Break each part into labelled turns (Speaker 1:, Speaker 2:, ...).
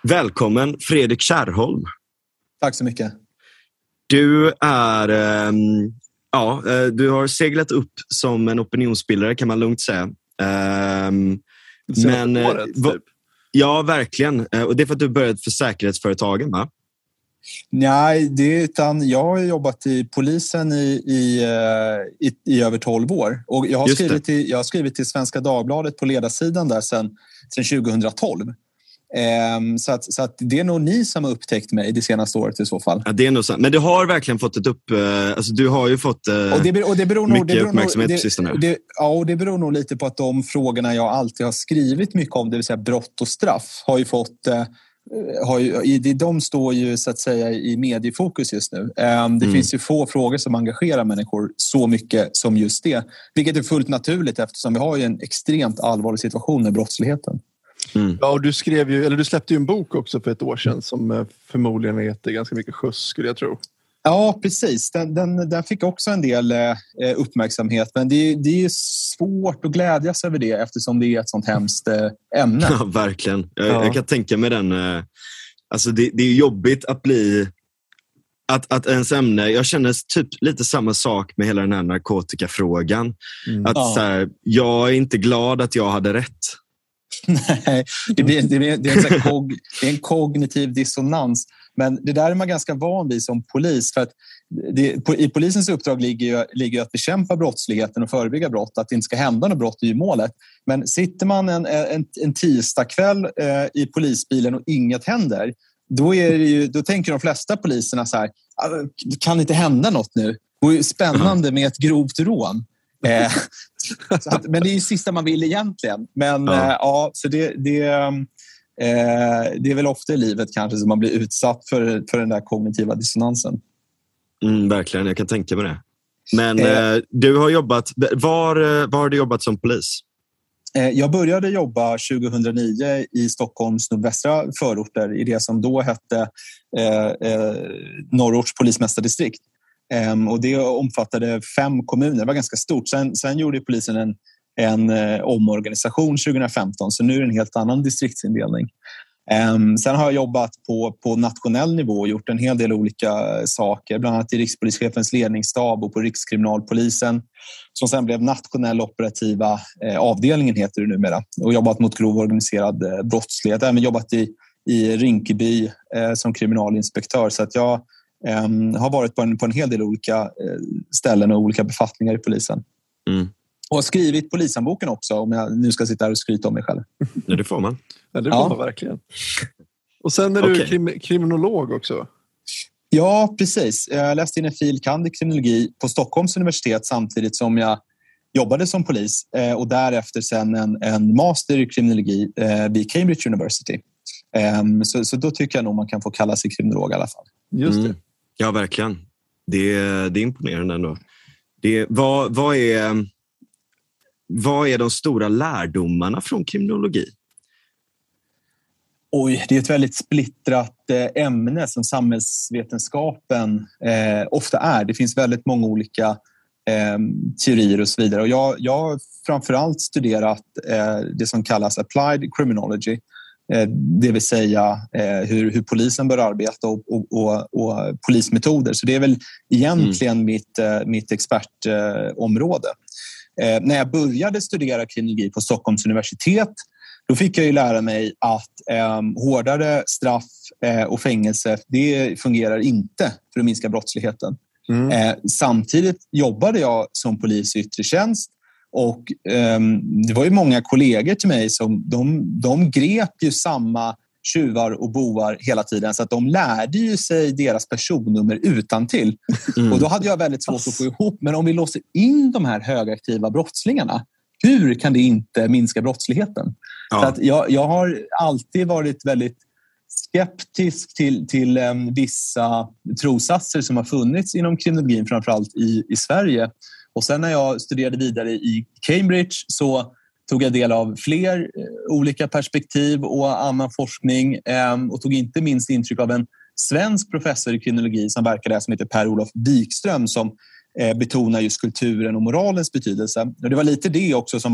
Speaker 1: Välkommen Fredrik Kärrholm.
Speaker 2: Tack så mycket.
Speaker 1: Du är, du har seglat upp som en opinionsbildare kan man lugnt säga. Ja, verkligen. Och det är för att du började för säkerhetsföretagen, va?
Speaker 2: Nej, utan jag har jobbat i polisen i över 12 år. Och jag har skrivit till Svenska Dagbladet på ledarsidan där sedan 2012. Så att det är nog ni som har upptäckt mig det senaste året i så fall.
Speaker 1: Ja, det är nog sant. Men du har verkligen fått du har ju fått mycket uppmärksamhet på sistone.
Speaker 2: Och det beror nog lite på att de frågorna jag alltid har skrivit mycket om, det vill säga brott och straff, har ju fått... de står ju så att säga i mediefokus just nu. Det finns ju få frågor som engagerar människor så mycket som just det. Vilket är fullt naturligt eftersom vi har ju en extremt allvarlig situation med brottsligheten.
Speaker 3: Ja, och du släppte ju en bok också för ett år sedan som förmodligen heter ganska mycket skjuts, skulle jag tro.
Speaker 2: Ja, precis. Den fick också en del uppmärksamhet. Men det är svårt att glädjas över det eftersom det är ett sånt hemskt ämne.
Speaker 1: Ja, verkligen. Jag kan tänka mig den... Alltså det är jobbigt att bli... Att ens ämne... Jag känner typ lite samma sak med hela den här narkotikafrågan. Så här, jag är inte glad att jag hade rätt.
Speaker 2: Nej, det är en kognitiv dissonans. Men det där är man ganska van vid som polis. För att i polisens uppdrag ligger att bekämpa brottsligheten och förebygga brott. Att det inte ska hända något brott i målet. Men sitter man en tisdagkväll i polisbilen och inget händer, då tänker de flesta poliserna så här: kan det inte hända något nu? Det är spännande med ett grovt rån. Men det är ju sista man vill egentligen. Men så det är väl ofta i livet kanske som man blir utsatt för den där kognitiva dissonansen.
Speaker 1: Verkligen, jag kan tänka mig det. Men du har jobbat... Var har du jobbat som polis?
Speaker 2: Jag började jobba 2009 i Stockholms nordvästra förorter i det som då hette Norrorts polismästardistrikt. Och det omfattade 5 kommuner. Det var ganska stort. Sen gjorde polisen en omorganisation 2015. Så nu är det en helt annan distriktsindelning. Sen har jag jobbat på nationell nivå och gjort en hel del olika saker. Bland annat i rikspolischefens ledningsstab och på Rikskriminalpolisen. Som sen blev nationell operativa avdelningen heter det numera. Och jobbat mot grov organiserad brottslighet. Även jobbat i Rinkeby som kriminalinspektör. Så att jag har varit på en hel del olika ställen och olika befattningar i polisen. Och har skrivit polishandboken också, om jag nu ska sitta här och skryta om mig själv.
Speaker 1: Ja, det får man.
Speaker 3: Ja, det får man verkligen. Och sen är du kriminolog också.
Speaker 2: Ja, precis. Jag läste in en fil.kand. i kriminologi på Stockholms universitet samtidigt som jag jobbade som polis. Och därefter sen en master i kriminologi vid Cambridge University. Så då tycker jag nog man kan få kalla sig kriminolog i alla fall.
Speaker 3: Just det.
Speaker 1: Ja, verkligen. Det är imponerande ändå. Vad är de stora lärdomarna från kriminologi?
Speaker 2: Oj, det är ett väldigt splittrat ämne som samhällsvetenskapen ofta är. Det finns väldigt många olika teorier och så vidare. Och jag har framförallt studerat det som kallas applied criminology. Det vill säga hur polisen bör arbeta och polismetoder. Så det är väl egentligen mitt expertområde. När jag började studera kriminologi på Stockholms universitet, då fick jag ju lära mig att hårdare straff och fängelse, det fungerar inte för att minska brottsligheten. Samtidigt jobbade jag som polis i yttre tjänst. Och det var ju många kollegor till mig som de grep ju samma tjuvar och bovar hela tiden. Så att de lärde ju sig deras personnummer utantill. Och då hade jag väldigt svårt att få ihop. Men om vi låser in de här högaktiva brottslingarna, hur kan det inte minska brottsligheten? Ja. Så att jag har alltid varit väldigt skeptisk till vissa trossatser som har funnits inom kriminologin, framförallt i Sverige. Och sen när jag studerade vidare i Cambridge så tog jag del av fler olika perspektiv och annan forskning och tog inte minst intryck av en svensk professor i kriminologi som verkar där som heter Per-Olof Wikström som betonar just kulturen och moralens betydelse. Och det var lite det också som var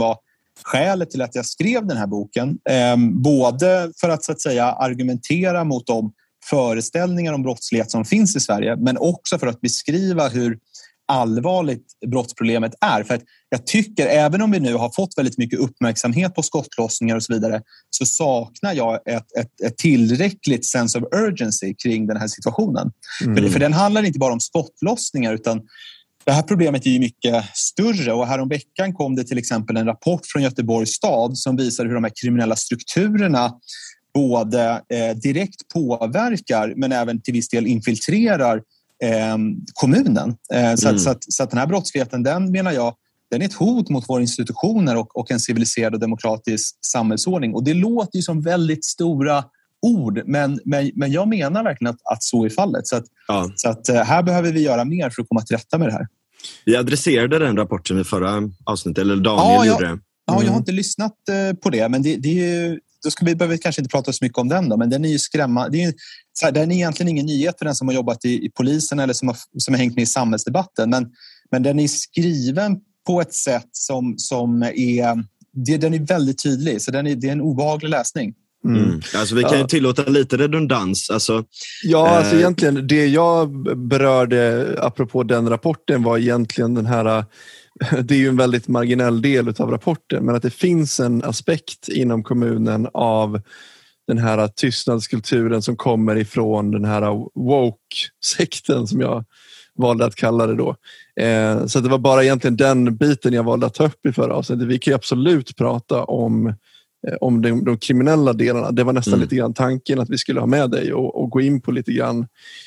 Speaker 2: skälet till att jag skrev den här boken. Både för att så att säga argumentera mot de föreställningar om brottslighet som finns i Sverige, men också för att beskriva hur allvarligt brottsproblemet är. För att jag tycker, även om vi nu har fått väldigt mycket uppmärksamhet på skottlossningar och så vidare, så saknar jag ett tillräckligt sense of urgency kring den här situationen. För den handlar inte bara om skottlossningar, utan det här problemet är ju mycket större. Och häromveckan kom det till exempel en rapport från Göteborgs stad som visar hur de här kriminella strukturerna både direkt påverkar men även till viss del infiltrerar kommunen. Så att den här brottsligheten, den menar jag, den är ett hot mot våra institutioner och en civiliserad och demokratisk samhällsordning. Och det låter ju som väldigt stora ord, men jag menar verkligen att så är fallet. Så att här behöver vi göra mer för att komma till rätta med det här.
Speaker 1: Vi adresserade den rapporten i förra avsnittet, eller Daniel gjorde det.
Speaker 2: Ja, jag har inte lyssnat på det, men det är ju, då behöver vi kanske inte prata så mycket om den då, men den är ju skrämmande. Den är egentligen ingen nyhet för den som har jobbat i polisen eller som har hängt med i samhällsdebatten, men den är skriven på ett sätt som är, den är väldigt tydlig, så det är en obehaglig läsning.
Speaker 1: Alltså vi kan ju tillåta lite redundans. Alltså
Speaker 3: egentligen det jag berörde apropå den rapporten var egentligen den här, det är ju en väldigt marginell del av rapporten, men att det finns en aspekt inom kommunen av den här tystnadskulturen som kommer ifrån den här woke-sekten som jag valde att kalla det då. Så det var bara egentligen den biten jag valde att ta upp i förra avsnittet. Vi kan ju absolut prata om de kriminella delarna. Det var nästan lite grann tanken att vi skulle ha med dig och gå in på lite grann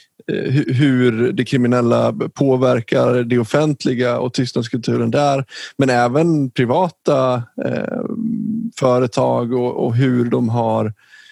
Speaker 3: hur det kriminella påverkar det offentliga och tystnadskulturen där, men även privata företag och hur de har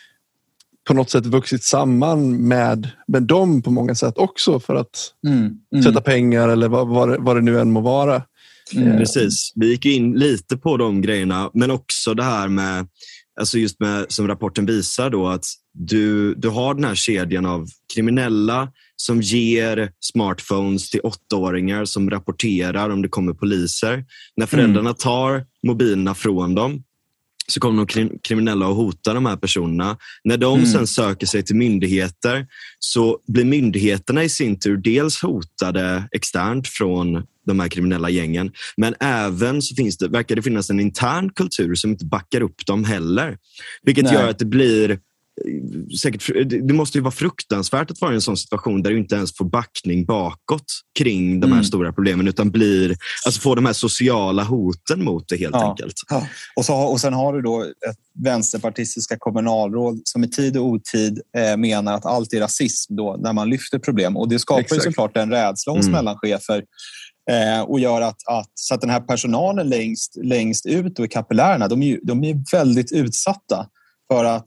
Speaker 3: på något sätt vuxit samman med dem på många sätt också för att sätta pengar eller vad det nu än må vara.
Speaker 1: Precis, vi gick in lite på de grejerna, men också det här med, alltså just med, som rapporten visar då, att du har den här kedjan av kriminella som ger smartphones till 8-åringar som rapporterar om det kommer poliser. När föräldrarna tar mobilerna från dem så kommer de kriminella att hota de här personerna. När de sen söker sig till myndigheter så blir myndigheterna i sin tur dels hotade externt från de här kriminella gängen, men även så verkar det finnas en intern kultur som inte backar upp dem heller. Vilket gör att det blir säkert, det måste ju vara fruktansvärt att vara i en sån situation där du inte ens får backning bakåt kring de här stora problemen, utan får de här sociala hoten mot det helt enkelt.
Speaker 2: Ja. Och sen har du då ett vänsterpartistiska kommunalråd som i tid och otid menar att allt är rasism då när man lyfter problem, och det skapar ju såklart en rädsla hos mellanchefer och gör att så att den här personalen längst ut och i kapillärerna, de är väldigt utsatta för att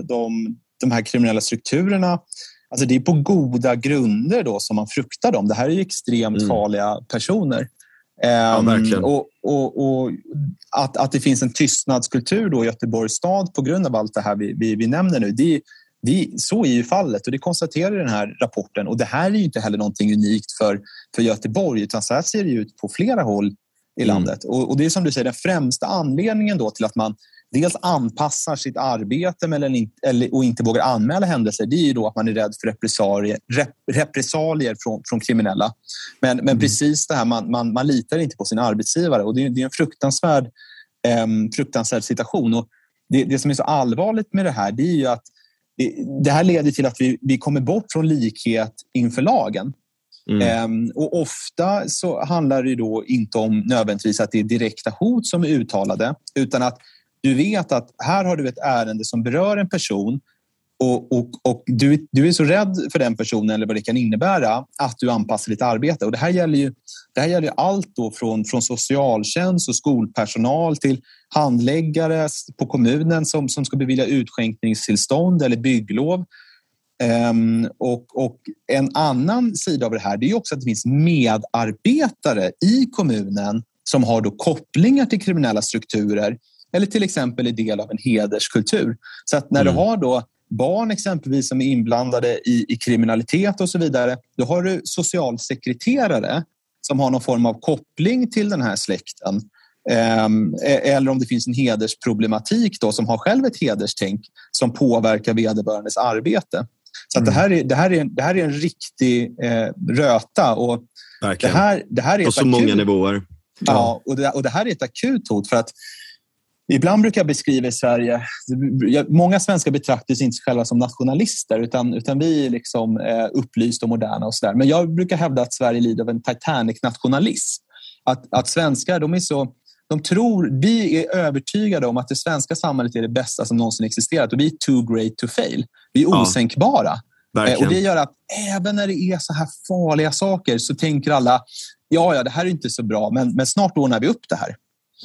Speaker 2: de här kriminella strukturerna, alltså det är på goda grunder då som man fruktar dem. Det här är ju extremt farliga personer.
Speaker 1: Ja, verkligen.
Speaker 2: Och att det finns en tystnadskultur då i Göteborgs stad på grund av allt det här vi nämner nu, så är ju fallet, och det konstaterar den här rapporten. Och det här är ju inte heller någonting unikt för Göteborg, utan så här ser det ut på flera håll i landet. Och det är som du säger, den främsta anledningen då till att man dels anpassar sitt arbete och inte vågar anmäla händelser, det är ju då att man är rädd för repressalier från kriminella. Men precis det här, man litar inte på sin arbetsgivare, och det är en fruktansvärd situation. Och det som är så allvarligt med det här, det är ju att det här leder till att vi kommer bort från likhet inför lagen. Och ofta så handlar det då inte om nödvändigtvis att det är direkta hot som är uttalade, utan att du vet att här har du ett ärende som berör en person och du är så rädd för den personen eller vad det kan innebära att du anpassar ditt arbete. Och det här gäller ju allt då från socialtjänst och skolpersonal till handläggare på kommunen som ska bevilja utskänkningstillstånd eller bygglov. Och en annan sida av det här, det är också att det finns medarbetare i kommunen som har då kopplingar till kriminella strukturer eller till exempel är del av en hederskultur. Så att när du har då barn exempelvis som är inblandade i kriminalitet och så vidare, då har du socialsekreterare som har någon form av koppling till den här släkten Eller om det finns en hedersproblematik då, som har själv ett hederstänk som påverkar vederbörandes arbete. Så att det här är en riktig röta. Och det här är
Speaker 1: på så många nivåer.
Speaker 2: Ja, och det här är ett akut hot, för att ibland brukar jag beskriva i Sverige, många svenskar betraktas inte själva som nationalister, utan vi är liksom upplysta och moderna och sådär. Men jag brukar hävda att Sverige lider av en Titanic-nationalism. Att svenskar, vi är övertygade om att det svenska samhället är det bästa som någonsin existerat, och vi är too great to fail. Vi är osänkbara. Och det gör att även när det är så här farliga saker så tänker alla, ja, det här är inte så bra, men snart ordnar vi upp det här.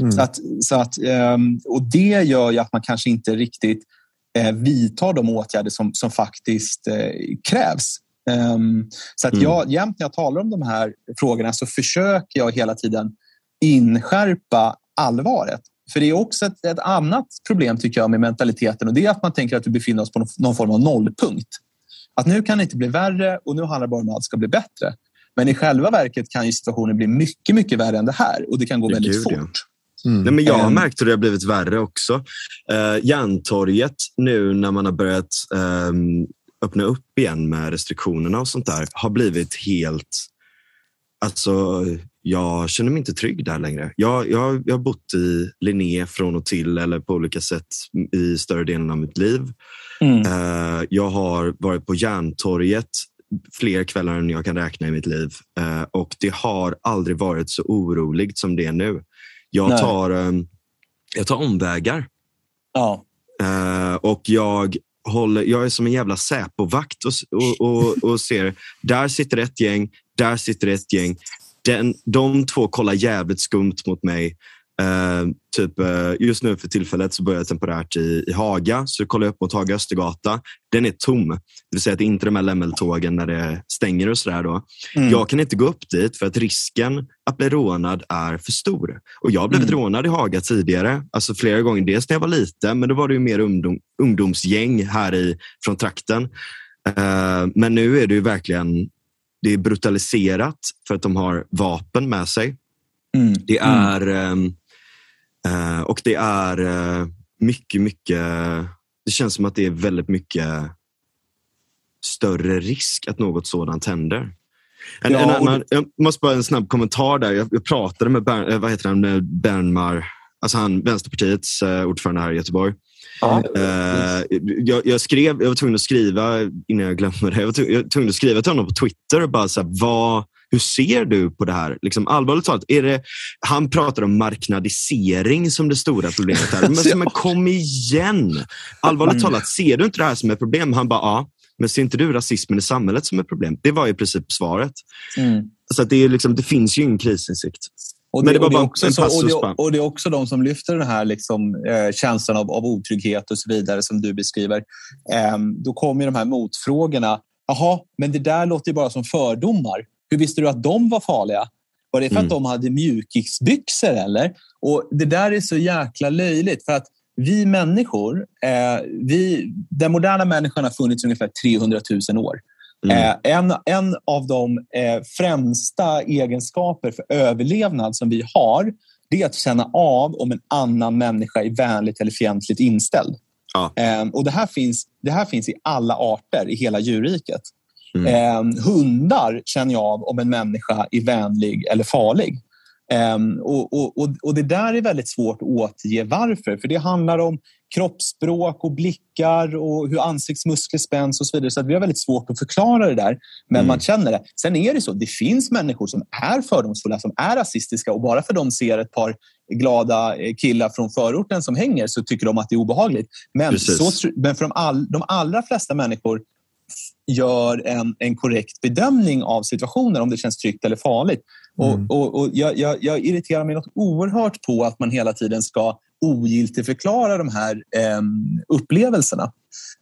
Speaker 2: Och det gör ju att man kanske inte riktigt vidtar de åtgärder som faktiskt krävs. Så att jämt när jag talar om de här frågorna så försöker jag hela tiden inskärpa allvaret. För det är också ett annat problem, tycker jag, med mentaliteten, och det är att man tänker att vi befinner oss på någon form av nollpunkt. Att nu kan det inte bli värre och nu handlar det bara om att allt ska bli bättre. Men i själva verket kan ju situationen bli mycket, mycket värre än det här, och det kan gå väldigt fort.
Speaker 1: Nej, men jag har märkt att det har blivit värre också. Järntorget, nu när man har börjat öppna upp igen med restriktionerna och sånt där, har blivit helt... Alltså, jag känner mig inte trygg där längre. Jag har bott i Linné från och till, eller på olika sätt i större delen av mitt liv. Jag har varit på Järntorget fler kvällar än jag kan räkna i mitt liv. Och det har aldrig varit så oroligt som det är nu. Jag tar omvägar. Ja. Och jag är som en jävla säpovakt och ser, där sitter ett gäng, där sitter ett gäng. De två kollar jävligt skumt mot mig. Just nu för tillfället så börjar jag temporärt i Haga, så kollar jag upp mot Haga Östergata. Den är tom, det vill säga att det är inte de här lämmeltågen när det stänger och sådär då. Jag kan inte gå upp dit för att risken att bli rånad är för stor. Och jag har blivit rånad i Haga tidigare, alltså flera gånger, dels när jag var liten, men då var det ju mer ungdomsgäng här från trakten. Men nu är det ju verkligen, det är brutaliserat för att de har vapen med sig. Det är och det är mycket, det känns som att det är väldigt mycket större risk att något sådant händer. Jag måste bara en snabb kommentar där. Jag pratade med Bernmar, alltså Vänsterpartiets ordförande här i Göteborg. Jag var tvungen att skriva innan jag glömde det. Jag var tvungen att skriva till honom på Twitter och bara så här, hur ser du på det här? Liksom, allvarligt talat, han pratar om marknadisering som det stora problemet här. Men kom igen! Allvarligt talat, ser du inte det här som ett problem? Han bara, men ser inte du rasismen i samhället som ett problem? Det var i princip svaret. Så att det är liksom, det finns ju ingen krisinsikt.
Speaker 2: Och det är också de som lyfter den här liksom, känslan av otrygghet och så vidare som du beskriver. Då kommer de här motfrågorna. Jaha, men det där låter ju bara som fördomar. Hur visste du att de var farliga? Var det för att de hade mjukisbyxor eller? Och det där är så jäkla löjligt, för att vi människor, den moderna människan har funnits ungefär 300 000 år. En av de främsta egenskaper för överlevnad som vi har, det är att känna av om en annan människa är vänligt eller fientligt inställd. Och det här finns i alla arter i hela djurriket. Hundar känner jag av om en människa är vänlig eller farlig. Och det där är väldigt svårt att återge varför. För det handlar om kroppsspråk och blickar och hur ansiktsmuskler spänns och så vidare. Så att vi har väldigt svårt att förklara det där. Men man känner det. Sen är det så, det finns människor som är fördomsfulla, som är rasistiska, och bara för de ser ett par glada killar från förorten som hänger så tycker de att det är obehagligt. Men för de allra flesta människor gör en korrekt bedömning av situationer, om det känns tryggt eller farligt. Och jag irriterar mig något oerhört på att man hela tiden ska ogiltigt förklara de här upplevelserna.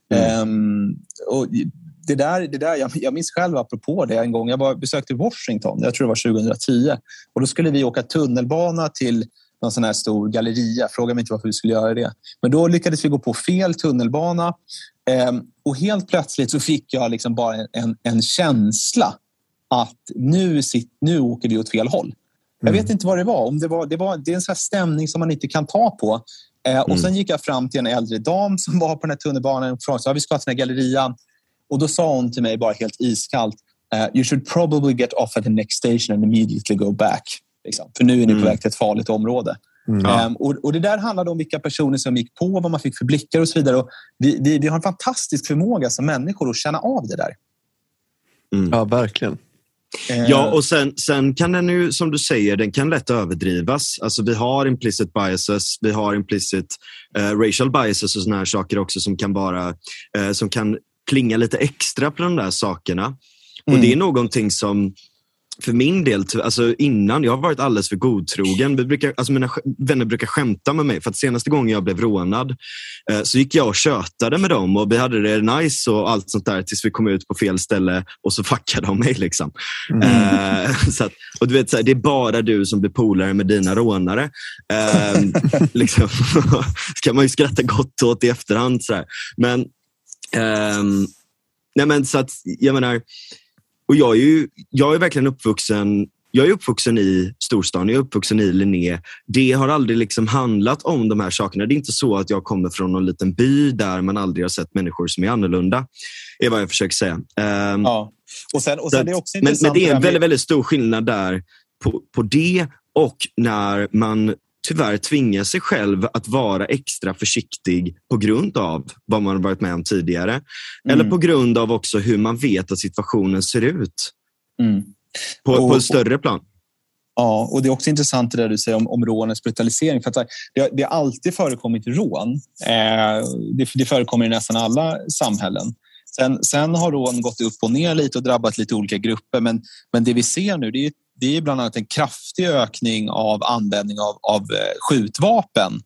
Speaker 2: Och det där, jag minns själv apropå det en gång. Jag besökte Washington, jag tror det var 2010. Och då skulle vi åka tunnelbana till någon sån här stor galleria. Fråga mig inte varför vi skulle göra det. Men då lyckades vi gå på fel tunnelbana. Och helt plötsligt så fick jag liksom bara en känsla att nu åker vi åt fel håll. Jag vet inte vad det var. Det är en sån här stämning som man inte kan ta på. Och sen gick jag fram till en äldre dam som var på den här tunnelbanan och frågade, vi ska till den här gallerian. Och då sa hon till mig bara helt iskallt, you should probably get off at the next station and immediately go back. Liksom. För nu är ni på väg till ett farligt område. Och det där handlade om vilka personer som gick på, vad man fick för blickar och så vidare. Och vi har en fantastisk förmåga som människor att känna av det där.
Speaker 3: Ja, verkligen.
Speaker 1: Ja, och sen kan den ju, som du säger, den kan lätt överdrivas. Alltså vi har implicit biases, vi har implicit racial biases och såna här saker också som kan vara, som kan klinga lite extra på de där sakerna. Och det är någonting som för min del, alltså innan, jag har varit alldeles för godtrogen. Mina vänner brukar skämta med mig för att senaste gången jag blev rånad så gick jag och tjötade med dem och vi hade det nice och allt sånt där tills vi kom ut på fel ställe och så fuckade de mig liksom. Så att, och du vet, så här, det är bara du som blir polare med dina rånare. Liksom, ska man ju skratta gott åt i efterhand så här. Men nej men så att jag menar, och jag är verkligen uppvuxen i storstan, jag är uppvuxen i Linné. Det har aldrig liksom handlat om de här sakerna. Det är inte så att jag kommer från någon liten by där man aldrig har sett människor som är annorlunda. Det är vad jag försöker säga.
Speaker 2: Ja. Och sen det är också
Speaker 1: men det är en väldigt, väldigt stor skillnad där på det och när man tyvärr tvingar sig själv att vara extra försiktig på grund av vad man har varit med om tidigare. Eller på grund av också hur man vet att situationen ser ut. På ett större plan.
Speaker 2: Ja, och det är också intressant det där du säger om rånens brutalisering. För att det har alltid förekommit rån. Det förekommer i nästan alla samhällen. Sen har rån gått upp och ner lite och drabbat lite olika grupper. Men det vi ser nu det är bland annat en kraftig ökning av användning av skjutvapen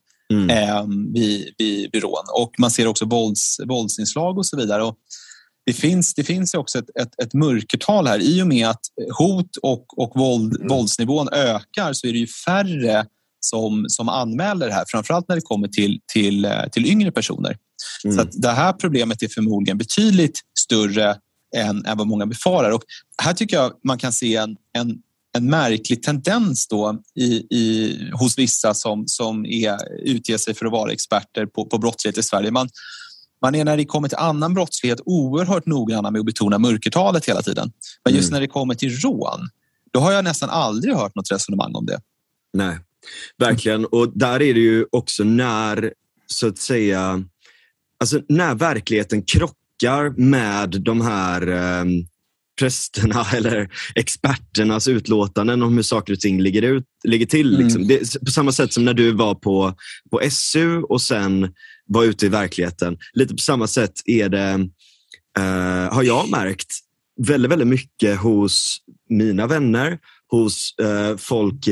Speaker 2: vid rån. Och man ser också våldsinslag och så vidare. Och det finns också ett mörkertal här. I och med att hot och våldsnivån ökar så är det ju färre som anmäler det här. Framförallt när det kommer till yngre personer. Så att det här problemet är förmodligen betydligt större än vad många befarar. Och här tycker jag man kan se en märklig tendens då hos vissa som utger sig för att vara experter på brottslighet i Sverige. Man är när det kommer till annan brottslighet oerhört noggranna med att betona mörkertalet hela tiden. Men just när det kommer till rån, då har jag nästan aldrig hört något resonemang om det.
Speaker 1: Nej, verkligen. Och där är det ju också när, så att säga, alltså när verkligheten krockar med de här prästerna eller experternas utlåtanden om hur saker och ting ligger till. Liksom. Det, på samma sätt som när du var på SU och sen var ute i verkligheten. Lite på samma sätt är det, har jag märkt väldigt, väldigt mycket hos mina vänner, hos folk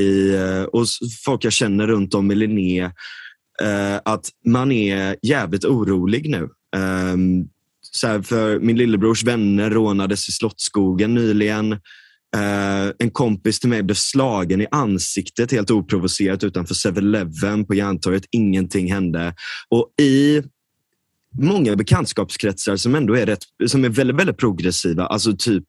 Speaker 1: jag känner runt om i Linné, att man är jävligt orolig nu. Så här, för min lillebrors vänner rånades i Slottsskogen nyligen. En kompis till mig blev slagen i ansiktet helt oprovocerat utanför 7-Eleven på Järntorget. Ingenting hände. Och i många bekantskapskretsar som ändå är som är väldigt, väldigt progressiva, alltså typ,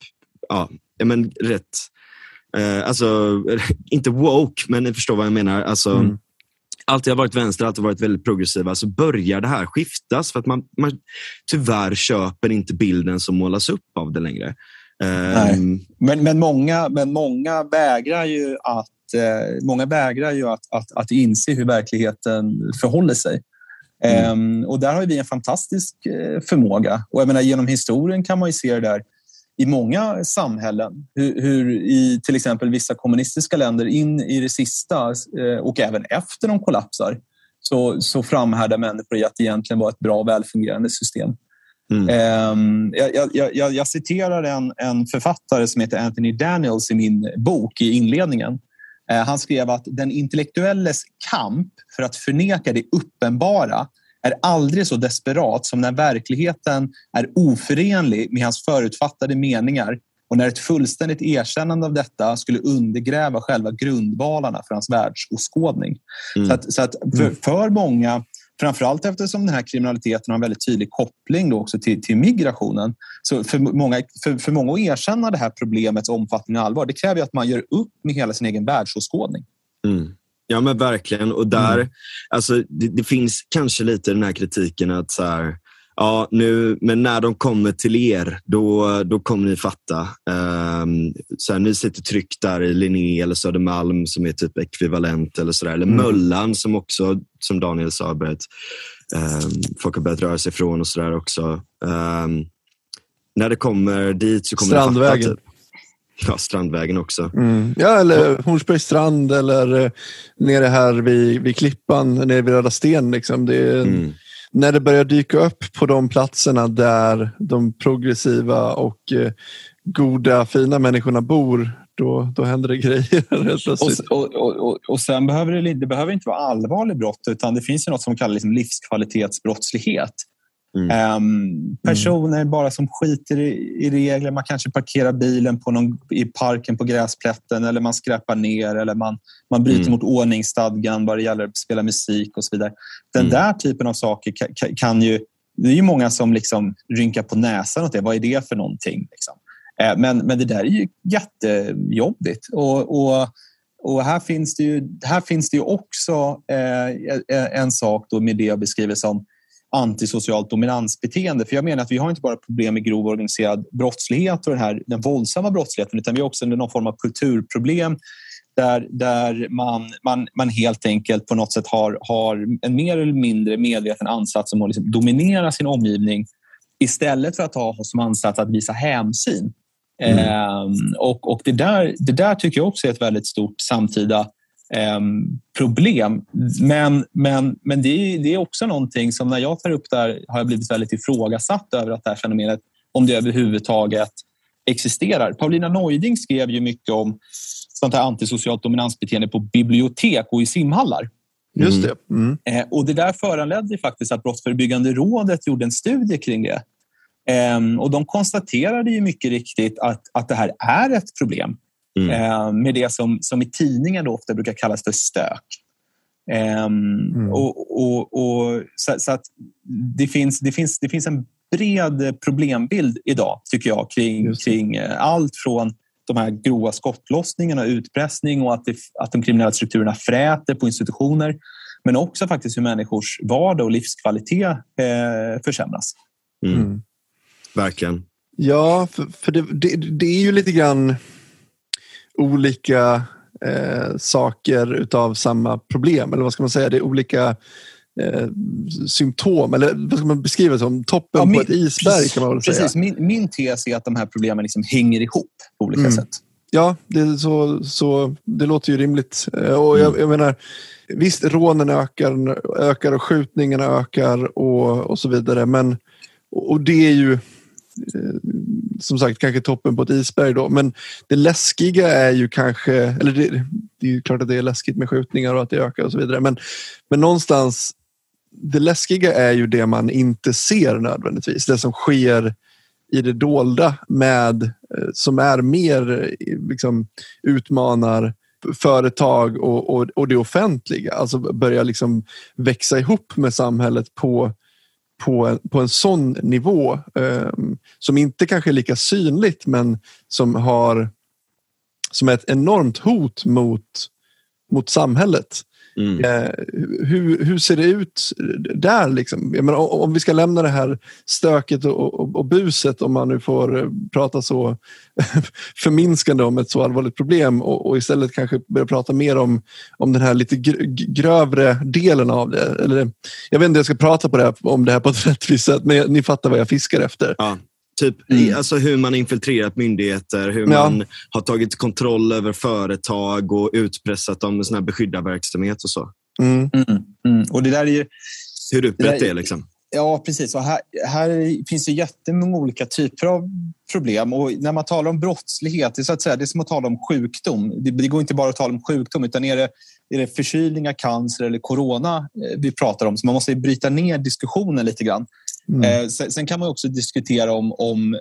Speaker 1: rätt, alltså inte woke, men ni förstår vad jag menar, alltså alltid har varit vänster, alltid varit väldigt progressiva, så börjar det här skiftas för att man tyvärr köper inte bilden som målas upp av det längre.
Speaker 2: Nej. Men många vägrar ju att inse hur verkligen förhåller sig. Och där har vi en fantastisk förmåga. Och jag menar, genom historien kan man ju se det där i många samhällen. Hur i till exempel vissa kommunistiska länder in i det sista och även efter de kollapsar så framhärdar människor i att det egentligen var ett bra välfungerande system. Jag citerar en författare som heter Anthony Daniels i min bok i inledningen. Han skrev att den intellektuelles kamp för att förneka det uppenbara är aldrig så desperat som när verkligheten är oförenlig med hans förutfattade meningar och när ett fullständigt erkännande av detta skulle undergräva själva grundvalarna för hans världsåskådning. Så att för Framförallt eftersom den här kriminaliteten har en väldigt tydlig koppling då också till migrationen. Så för många att erkänna det här problemets omfattning och allvar, det kräver ju att man gör upp med hela sin egen världsåskådning.
Speaker 1: Ja, men verkligen. Och där, alltså, det finns kanske lite den här kritiken att så här, ja, nu, men när de kommer till er, då kommer ni fatta. Så här, ni sitter tryggt där i Linné eller Södermalm som är typ ekvivalent eller sådär. Eller Möllan som också, som Daniel sa, folk har börjat röra sig ifrån och sådär också. När det kommer dit så kommer
Speaker 3: Strandvägen.
Speaker 1: ni fatta typ. Ja, Strandvägen också.
Speaker 3: Ja, eller Hornsbergs strand eller nere här vid Klippan, nere vid Röda Sten. Liksom. Det är, när det börjar dyka upp på de platserna där de progressiva och goda, fina människorna bor, då händer det grejer.
Speaker 2: Och sen det behöver inte vara allvarlig brott, utan det finns ju något som kallas liksom livskvalitetsbrottslighet. Personer bara som skiter i regler. Man kanske parkerar bilen i parken på gräsplätten, eller man skräpar ner, eller man bryter mot ordningsstadgan vad det gäller att spela musik och så vidare. Den där typen av saker kan ju, det är ju många som liksom rynkar på näsan åt det. Vad är det för någonting liksom? Men det där är ju jättejobbigt och här finns det ju också en sak då med det jag beskriver som antisocialt dominansbeteende. För jag menar att vi har inte bara problem med grov organiserad brottslighet och den våldsamma brottsligheten, utan vi har också någon form av kulturproblem där man helt enkelt på något sätt har en mer eller mindre medveten ansats som att liksom dominera sin omgivning istället för att ha som ansats att visa hänsyn. Och det där tycker jag också är ett väldigt stort samtida problem. Men det är också någonting som när jag tar upp där har jag blivit väldigt ifrågasatt över att det här fenomenet, om det överhuvudtaget existerar. Paulina Neuding skrev ju mycket om sånt här antisocialt dominansbeteende på bibliotek och i simhallar.
Speaker 3: Just det.
Speaker 2: Och det där föranledde faktiskt att Brottsförebyggande rådet gjorde en studie kring det. Och de konstaterade ju mycket riktigt att det här är ett problem. Med det som i tidningen då ofta brukar kallas för stök. Så att det finns en bred problembild idag, tycker jag, kring allt från de här grova skottlossningarna, utpressning och att de kriminella strukturerna fräter på institutioner, men också faktiskt hur människors vardag och livskvalitet försämras.
Speaker 1: Verkligen.
Speaker 3: Ja, för det är ju lite grann olika saker utav samma problem, eller vad ska man säga, det är olika symptom, eller vad ska man beskriva som toppen på ett isberg, kan man väl säga.
Speaker 2: Precis, min tes är att de här problemen liksom hänger ihop på olika sätt.
Speaker 3: Ja, det är så det låter ju rimligt. Och jag menar, visst, rånen ökar och skjutningarna ökar och så vidare, men och det är ju som sagt kanske toppen på ett isberg då, men det läskiga är ju kanske, eller det är ju klart att det är läskigt med skjutningar och att det ökar och så vidare, men någonstans det läskiga är ju det man inte ser nödvändigtvis, det som sker i det dolda som är mer liksom utmanar företag och det offentliga, alltså börjar liksom växa ihop med samhället på en sån nivå som inte kanske är lika synligt, men som är ett enormt hot mot samhället. Hur ser det ut där liksom? Jag menar, om vi ska lämna det här stöket och buset, om man nu får prata så förminskande om ett så allvarligt problem, och istället kanske börja prata mer om den här lite grövre delen av det. Eller, jag vet inte, jag ska prata om det här på ett rättvist sätt, men ni fattar vad jag fiskar efter.
Speaker 1: Ja. Typ, alltså hur man infiltrerat myndigheter, hur man har tagit kontroll över företag och utpressat dem med sån här beskyddarverksamhet och så.
Speaker 2: Och det där är ju...
Speaker 1: Hur utbrett det är liksom.
Speaker 2: Ja, precis. Och här finns det jättemånga olika typer av problem. Och när man talar om brottslighet, det är så att säga, det är som att tala om sjukdom. Det går inte bara att tala om sjukdom, utan är det förkylningar, cancer eller corona vi pratar om. Så man måste bryta ner diskussionen lite grann. Sen kan man också diskutera om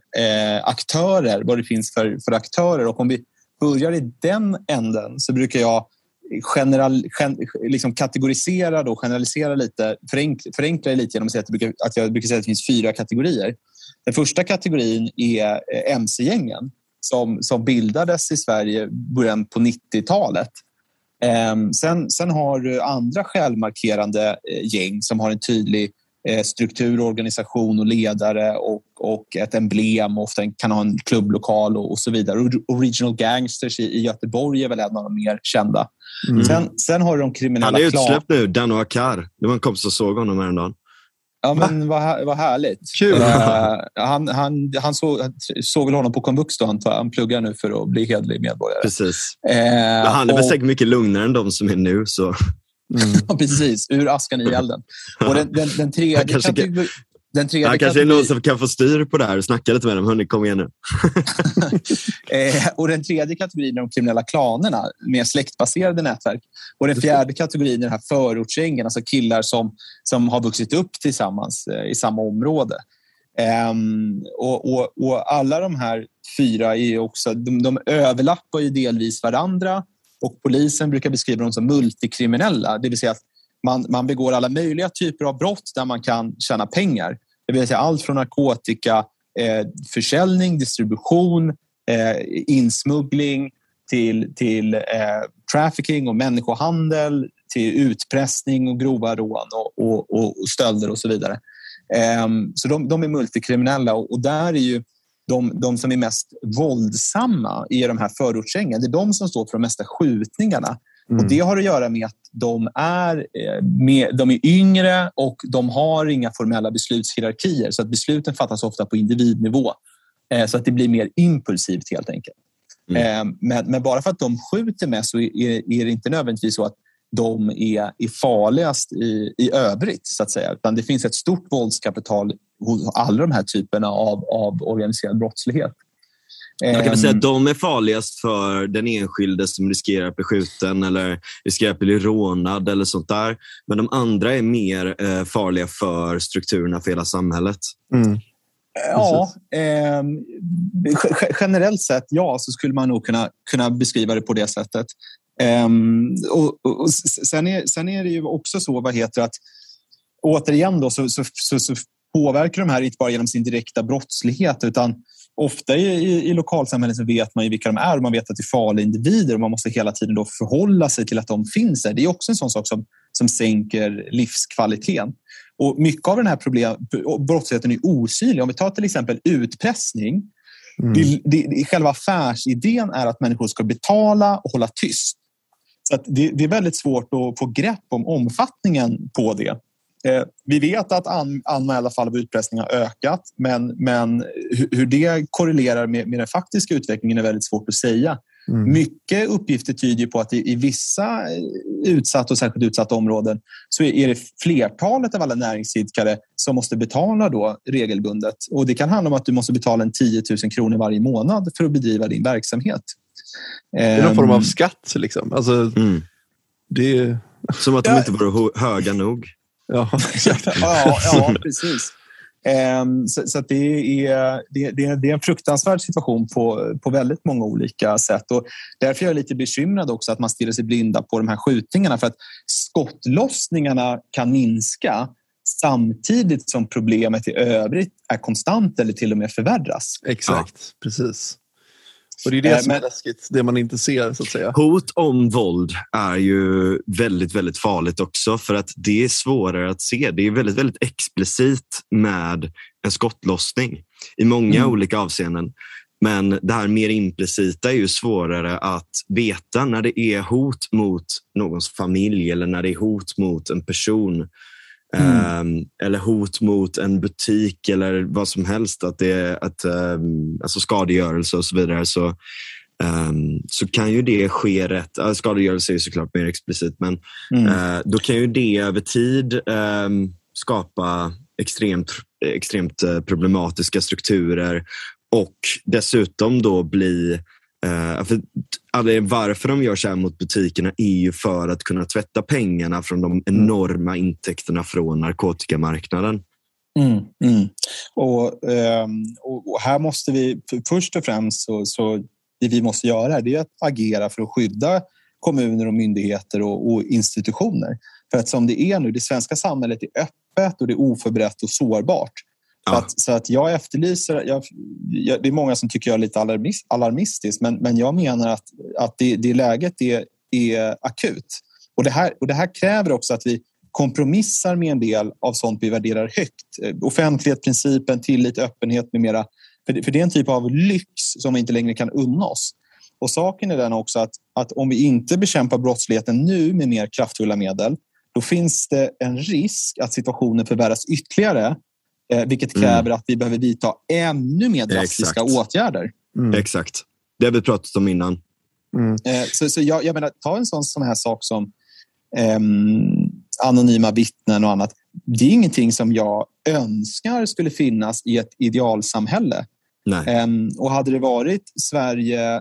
Speaker 2: aktörer, vad det finns för aktörer. Och om vi börjar i den änden så brukar jag liksom kategorisera och generalisera lite, förenkla lite genom att säga att jag brukar säga att det finns 4 kategorier. Den första kategorin är MC-gängen som bildades i Sverige början på 90-talet. Sen har du andra självmarkerande gäng som har en tydlig struktur, organisation och ledare och ett emblem, ofta kan ha en klubblokal och så vidare. Original Gangsters i Göteborg är väl en av de mer kända. Sen har du de kriminella.
Speaker 1: Han är utsläppt nu, Dan och Akar. Det var en kompis som såg honom häromdagen.
Speaker 2: Ja, men vad härligt.
Speaker 3: Kul.
Speaker 2: Han såg väl honom på komvux då, han pluggar nu för att bli hedlig medborgare.
Speaker 1: Precis. Han är väl säkert mycket lugnare än de som är nu. Så.
Speaker 2: Ja, precis. Ur askan i elden. Och den tredje kategorin...
Speaker 1: Han kanske är någon som kan få styr på det här och snacka lite med dem. Hörrni, kom igen nu.
Speaker 2: Och den tredje kategorin är de kriminella klanerna med släktbaserade nätverk. Och den fjärde kategorin är den här förortsgängen, alltså killar som har vuxit upp tillsammans i samma område. Och alla de här 4 är också, de överlappar ju delvis varandra, och polisen brukar beskriva dem som multikriminella, det vill säga att man begår alla möjliga typer av brott där man kan tjäna pengar. Det vill säga allt från narkotika, försäljning, distribution, insmuggling till trafficking och människohandel, till utpressning och grova rån och stölder och så vidare. Så de är multikriminella, och där är ju de som är mest våldsamma i de här förortsgängen. Det är de som står för de mesta skjutningarna. Och det har att göra med att de är yngre och de har inga formella beslutshierarkier. Så att besluten fattas ofta på individnivå. Så att det blir mer impulsivt helt enkelt. Men bara för att de skjuter med så är det inte nödvändigtvis så att de är farligast i övrigt, så att säga. Utan det finns ett stort våldskapital hos alla de här typerna av organiserad brottslighet.
Speaker 1: Jag kan väl säga att de är farligast för den enskilde som riskerar att bli skjuten eller riskerar att bli rånad eller sånt där. Men de andra är mer farliga för strukturerna för hela samhället.
Speaker 2: Ja, generellt sett så skulle man nog kunna beskriva det på det sättet. Och sen är det ju också så, att återigen då så påverkar de här inte bara genom sin direkta brottslighet, utan ofta i lokalsamhällen så vet man ju vilka de är, och man vet att det är farliga individer, och man måste hela tiden då förhålla sig till att de finns där. Det är också en sån sak som sänker livskvaliteten. Och mycket av den här brottsligheten är osynlig. Om vi tar till exempel utpressning. Själva affärsidén är att människor ska betala och hålla tyst. Så att det är väldigt svårt att få grepp om omfattningen på det. Vi vet att anmälda fall av utpressning har ökat, men hur det korrelerar med den faktiska utvecklingen är väldigt svårt att säga. Mycket uppgifter tyder på att i vissa utsatta och särskilt utsatta områden så är det flertalet av alla näringsidkare som måste betala då regelbundet. Och det kan handla om att du måste betala 10 000 kronor varje månad för att bedriva din verksamhet.
Speaker 3: Det är någon form av skatt liksom. Alltså, det är...
Speaker 1: Som att de inte var höga nog.
Speaker 3: Ja,
Speaker 2: ja, precis. Så att det är en fruktansvärd situation på väldigt många olika sätt. Och därför är jag lite bekymrad också att man stirrar sig blinda på de här skjutningarna, för att skottlossningarna kan minska samtidigt som problemet i övrigt är konstant eller till och med förvärras.
Speaker 3: Exakt, precis. Och det är det som är läskigt, det man inte ser så att säga.
Speaker 1: Hot om våld är ju väldigt, väldigt farligt också, för att det är svårare att se. Det är väldigt, väldigt explicit med en skottlossning i många olika avseenden. Men det här mer implicita är ju svårare att veta när det är hot mot någons familj eller när det är hot mot en person. Eller hot mot en butik eller vad som helst, att det är alltså skadegörelse och så vidare, så kan ju det ske rätt. Skadegörelse är ju såklart mer explicit, men då kan ju det över tid skapa extremt problematiska strukturer, och dessutom då bli varför de gör så här mot butikerna är ju för att kunna tvätta pengarna från de enorma intäkterna från narkotikamarknaden.
Speaker 2: Och här måste vi först och främst så det vi måste göra, det är att agera för att skydda kommuner och myndigheter och institutioner. För att som det är nu, det svenska samhället är öppet och det är oförberett och sårbart. Ja. Så att jag efterlyser, det är många som tycker jag är lite alarmistisk, men jag menar att det läget är akut. Och det här kräver också att vi kompromissar med en del av sånt vi värderar högt. Offentlighet, principen, tillit, öppenhet med mera. För det är en typ av lyx som vi inte längre kan unna oss. Och saken är den också att om vi inte bekämpar brottsligheten nu med mer kraftfulla medel, då finns det en risk att situationen förvärras ytterligare, vilket kräver att vi behöver vidta ännu mer drastiska åtgärder.
Speaker 1: Exakt. Det har vi pratat om innan.
Speaker 2: Så jag menar, ta en sån här sak som anonyma vittnen och annat. Det är ingenting som jag önskar skulle finnas i ett idealsamhälle. Och hade det varit Sverige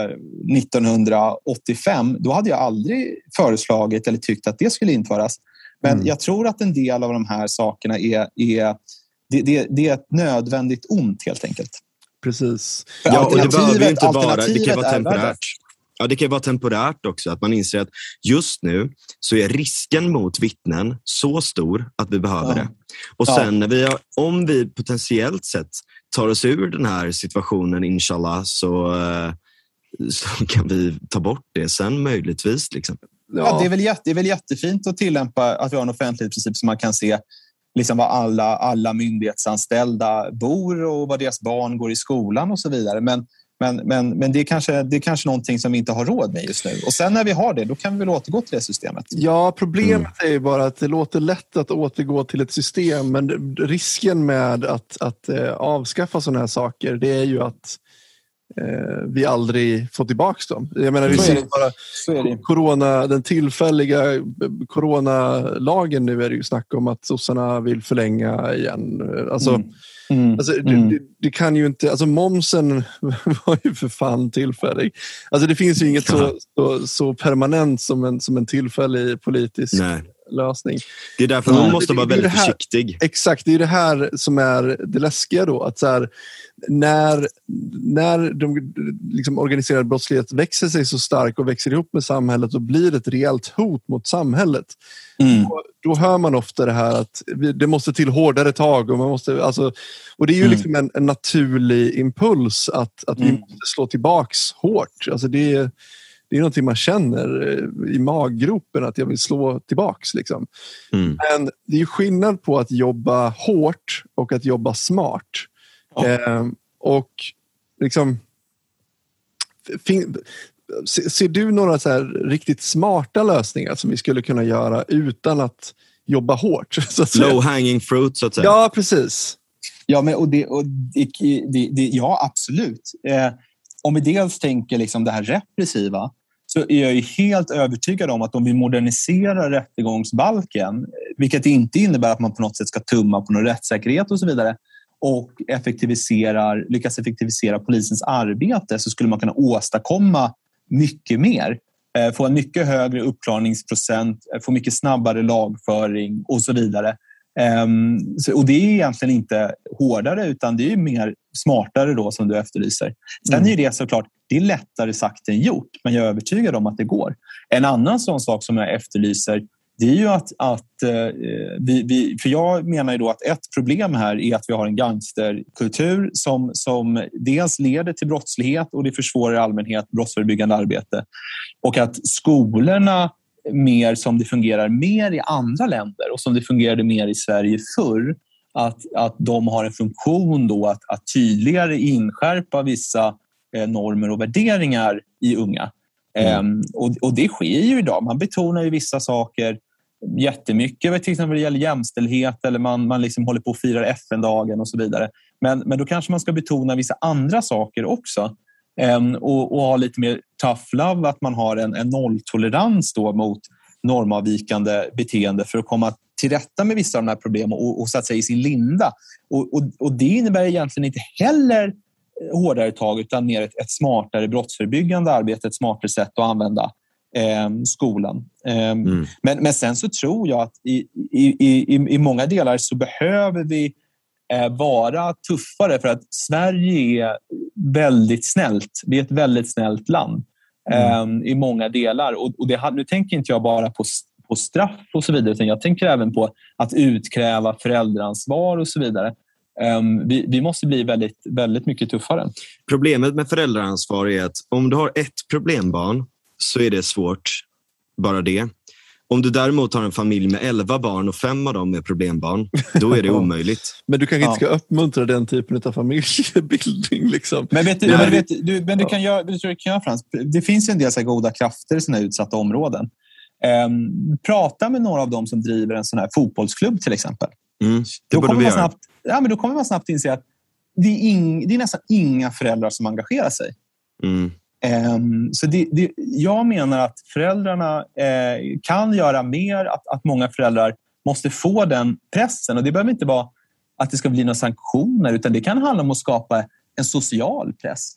Speaker 2: 1985, då hade jag aldrig föreslagit eller tyckt att det skulle införas. Men jag tror att en del av de här sakerna är ett nödvändigt ont helt enkelt.
Speaker 3: Precis.
Speaker 1: Ja, och det behöver ju inte vara, det kan vara temporärt. Ja, det kan vara temporärt också. Att man inser att just nu så är risken mot vittnen så stor att vi behöver det. Och sen när om vi potentiellt sett tar oss ur den här situationen, inshallah, så kan vi ta bort det sen möjligtvis. Liksom.
Speaker 2: Ja, det är väl jättefint att tillämpa att vi har en offentlighetsprincip som man kan se liksom var alla myndighetsanställda bor och var deras barn går i skolan och så vidare. Men det är kanske någonting som vi inte har råd med just nu. Och sen när vi har det, då kan vi väl återgå till det systemet.
Speaker 3: Ja, problemet är ju bara att det låter lätt att återgå till ett system. Men risken med att avskaffa sådana här saker, det är ju att vi aldrig får tillbaka dem. Jag menar, vi ser bara den tillfälliga coronalagen nu, är det ju snack om att sossarna vill förlänga igen. Alltså, det kan ju inte, alltså momsen var ju för fan tillfällig. Alltså det finns ju inget så permanent som en tillfällig politisk lösning.
Speaker 1: Det är därför man måste vara väldigt försiktig.
Speaker 3: Exakt, det är det här som är det läskiga då. Att så här, när de liksom organiserad brottslighet växer sig så stark och växer ihop med samhället och blir ett rejält hot mot samhället. Då hör man ofta det här att det måste till hårdare tag och man måste, alltså, och det är ju liksom en naturlig impuls att vi måste slå tillbaks hårt. Alltså det är någonting man känner i maggropen, att jag vill slå tillbaks liksom. Men det är ju skillnad på att jobba hårt och att jobba smart. Och liksom ser du några så här riktigt smarta lösningar som vi skulle kunna göra utan att jobba hårt? Så att
Speaker 1: low hanging fruit så att säga.
Speaker 3: Ja, precis.
Speaker 2: Ja, men ja, absolut. Om vi dels tänker liksom det här repressiva, så är jag ju helt övertygad om att om vi moderniserar rättegångsbalken, vilket inte innebär att man på något sätt ska tumma på någon rättssäkerhet och så vidare, och lyckas effektivisera polisens arbete, så skulle man kunna åstadkomma mycket mer. Få en mycket högre uppklarningsprocent, få mycket snabbare lagföring och så vidare. Och det är egentligen inte hårdare, utan det är mer smartare då, som du efterlyser. Sen är det såklart, det är lättare sagt än gjort, men jag är övertygad om att det går. En annan sån sak som jag efterlyser, det är ju att för jag menar ju då att ett problem här är att vi har en gangsterkultur som dels leder till brottslighet och det försvårar i allmänhet brottsförebyggande arbete. Och att skolorna, mer som det fungerar mer i andra länder och som det fungerade mer i Sverige förr, att de har en funktion då att tydligare inskärpa vissa normer och värderingar i unga. Och det sker ju idag. Man betonar ju vissa saker jättemycket, till exempel vad det gäller jämställdhet, eller man liksom håller på att fira FN-dagen och så vidare. Men då kanske man ska betona vissa andra saker också. Och ha lite mer tough love, att man har en nolltolerans då mot normavvikande beteende för att komma till rätta med vissa av de här problemen och så att säga i sin linda. Och det innebär egentligen inte heller hårdare tag, utan mer ett smartare brottsförebyggande arbete, ett smartare sätt att använda skolan. Men sen så tror jag att i många delar så behöver vi vara tuffare, för att Sverige är väldigt snällt. Vi är ett väldigt snällt land. i många delar. Och nu tänker inte jag bara på straff och så vidare, utan jag tänker även på att utkräva föräldraansvar och så vidare. Vi måste bli väldigt, väldigt mycket tuffare.
Speaker 1: Problemet med föräldraansvar är att om du har ett problembarn så är det svårt, bara det. Om du däremot har en familj med 11 barn och 5 av dem är problembarn, då är det omöjligt.
Speaker 3: Men du kanske inte ska uppmuntra den typen av familjebildning. Liksom.
Speaker 2: Men du kan göra, Frans. Det finns ju en del så här goda krafter i såna här utsatta områden. Prata med några av dem som driver en sån här fotbollsklubb till exempel. Då kommer man snabbt inse att det är nästan inga föräldrar som engagerar sig. Så jag menar att föräldrarna kan göra mer, att många föräldrar måste få den pressen. Och det behöver inte vara att det ska bli några sanktioner, utan det kan handla om att skapa en social press.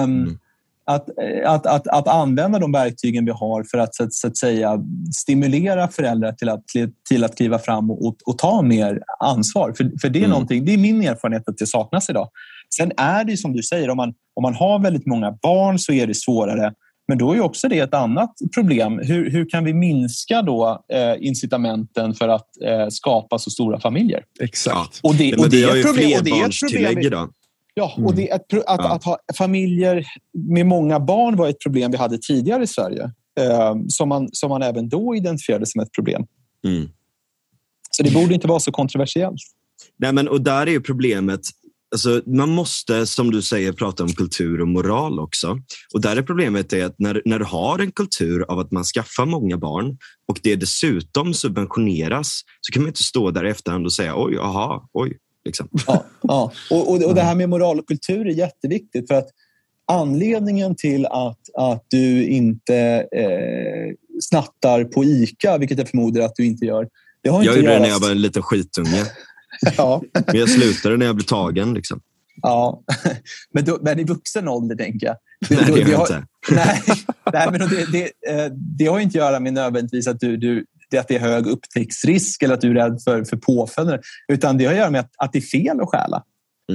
Speaker 2: Att använda de verktygen vi har för att, så att säga, stimulera föräldrar till att kliva fram och ta mer ansvar. För det är någonting, det är min erfarenhet att det saknas idag. Sen är det som du säger, om man har väldigt många barn så är det svårare. Men då är också det ett annat problem. Hur kan vi minska då incitamenten för att skapa så stora familjer?
Speaker 3: Exakt.
Speaker 1: Och det är ett problem idag.
Speaker 2: Ja, och att ha familjer med många barn var ett problem vi hade tidigare i Sverige. Som man även då identifierade som ett problem. Så det borde inte vara så kontroversiellt.
Speaker 1: Nej, men och där är ju problemet. Alltså, man måste, som du säger, prata om kultur och moral också. Och där är problemet är att när du har en kultur av att man skaffar många barn och det dessutom subventioneras, så kan man inte stå där i efterhand och säga oj. Liksom.
Speaker 2: Ja. Och det här med moral och kultur är jätteviktigt, för att anledningen till att du inte snattar på ICA, vilket jag förmodar att du inte gör.
Speaker 1: Jag gjorde det när jag var en liten skitunge.
Speaker 2: Ja.
Speaker 1: Men jag slutade när jag blev tagen. Liksom.
Speaker 2: Ja, men i vuxen ålder tänker jag.
Speaker 1: Nej, det gör inte.
Speaker 2: Nej, men det har inte att göra med nödvändigtvis att att det är hög upptäcktsrisk eller att du är rädd för påföljder, utan det har att göra med att det är fel att stjäla.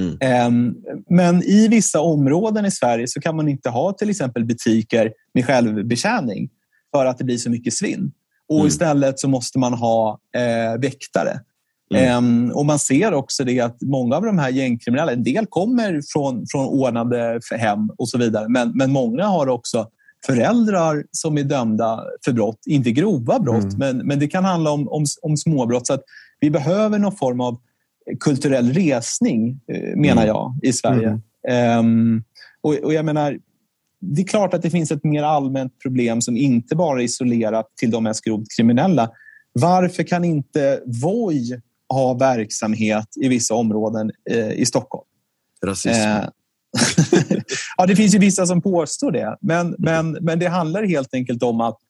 Speaker 2: Men i vissa områden i Sverige så kan man inte ha till exempel butiker med självbetjäning för att det blir så mycket svinn. Och istället så måste man ha väktare. Och man ser också det att många av de här gängkriminella, en del kommer från ordnade hem och så vidare, men många har också föräldrar som är dömda för brott, inte grova brott, men det kan handla om småbrott. Så att vi behöver någon form av kulturell resning, menar jag, i Sverige. Och jag menar, det är klart att det finns ett mer allmänt problem som inte bara är isolerat till de mest grovt kriminella. Varför kan inte Voi ha verksamhet i vissa områden i Stockholm?
Speaker 1: Rasism.
Speaker 2: Ja, det finns ju vissa som påstår det. Men det handlar helt enkelt om att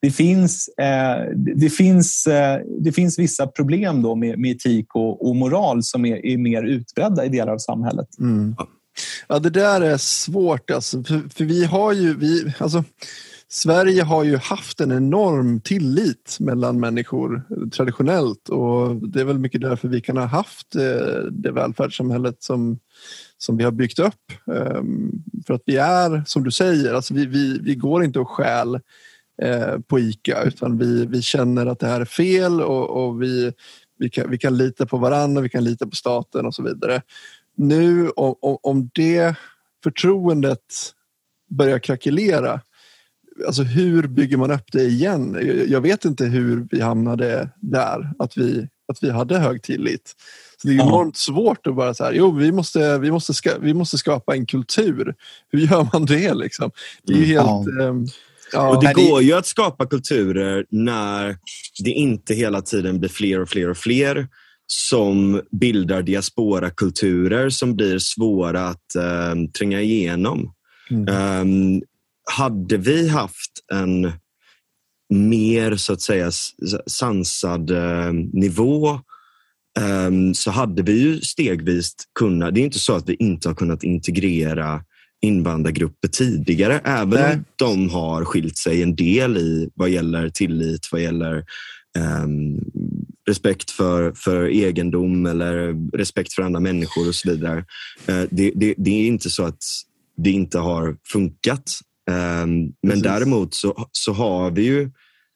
Speaker 2: det finns vissa problem då med etik och moral som är mer utbredda i delar av samhället.
Speaker 3: Ja, det där är svårt. Alltså, för Sverige har ju haft en enorm tillit mellan människor traditionellt, och det är väl mycket därför vi kan ha haft det välfärdssamhället som vi har byggt upp. För att vi är, som du säger, alltså vi går inte och stjäl på ICA, utan vi känner att det här är fel, och vi kan lita på varandra, vi kan lita på staten och så vidare. Nu om det förtroendet börjar krackelera, alltså hur bygger man upp det igen? Jag vet inte hur vi hamnade där, att vi hade hög tillit. Så det är enormt svårt att bara så här, vi måste skapa en kultur. Hur gör man det liksom? Det är ju helt...
Speaker 1: Och det går ju att skapa kulturer när det inte hela tiden blir fler och fler och fler som bildar diaspora-kulturer som blir svåra att tränga igenom. Hade vi haft en mer, så att säga, sansad nivå, så hade vi ju stegvis kunnat, det är inte så att vi inte har kunnat integrera invandrargrupper tidigare, även om de har skilt sig en del i vad gäller tillit, vad gäller respekt för egendom eller respekt för andra människor och så vidare. Det är inte så att det inte har funkat Men däremot så har vi ju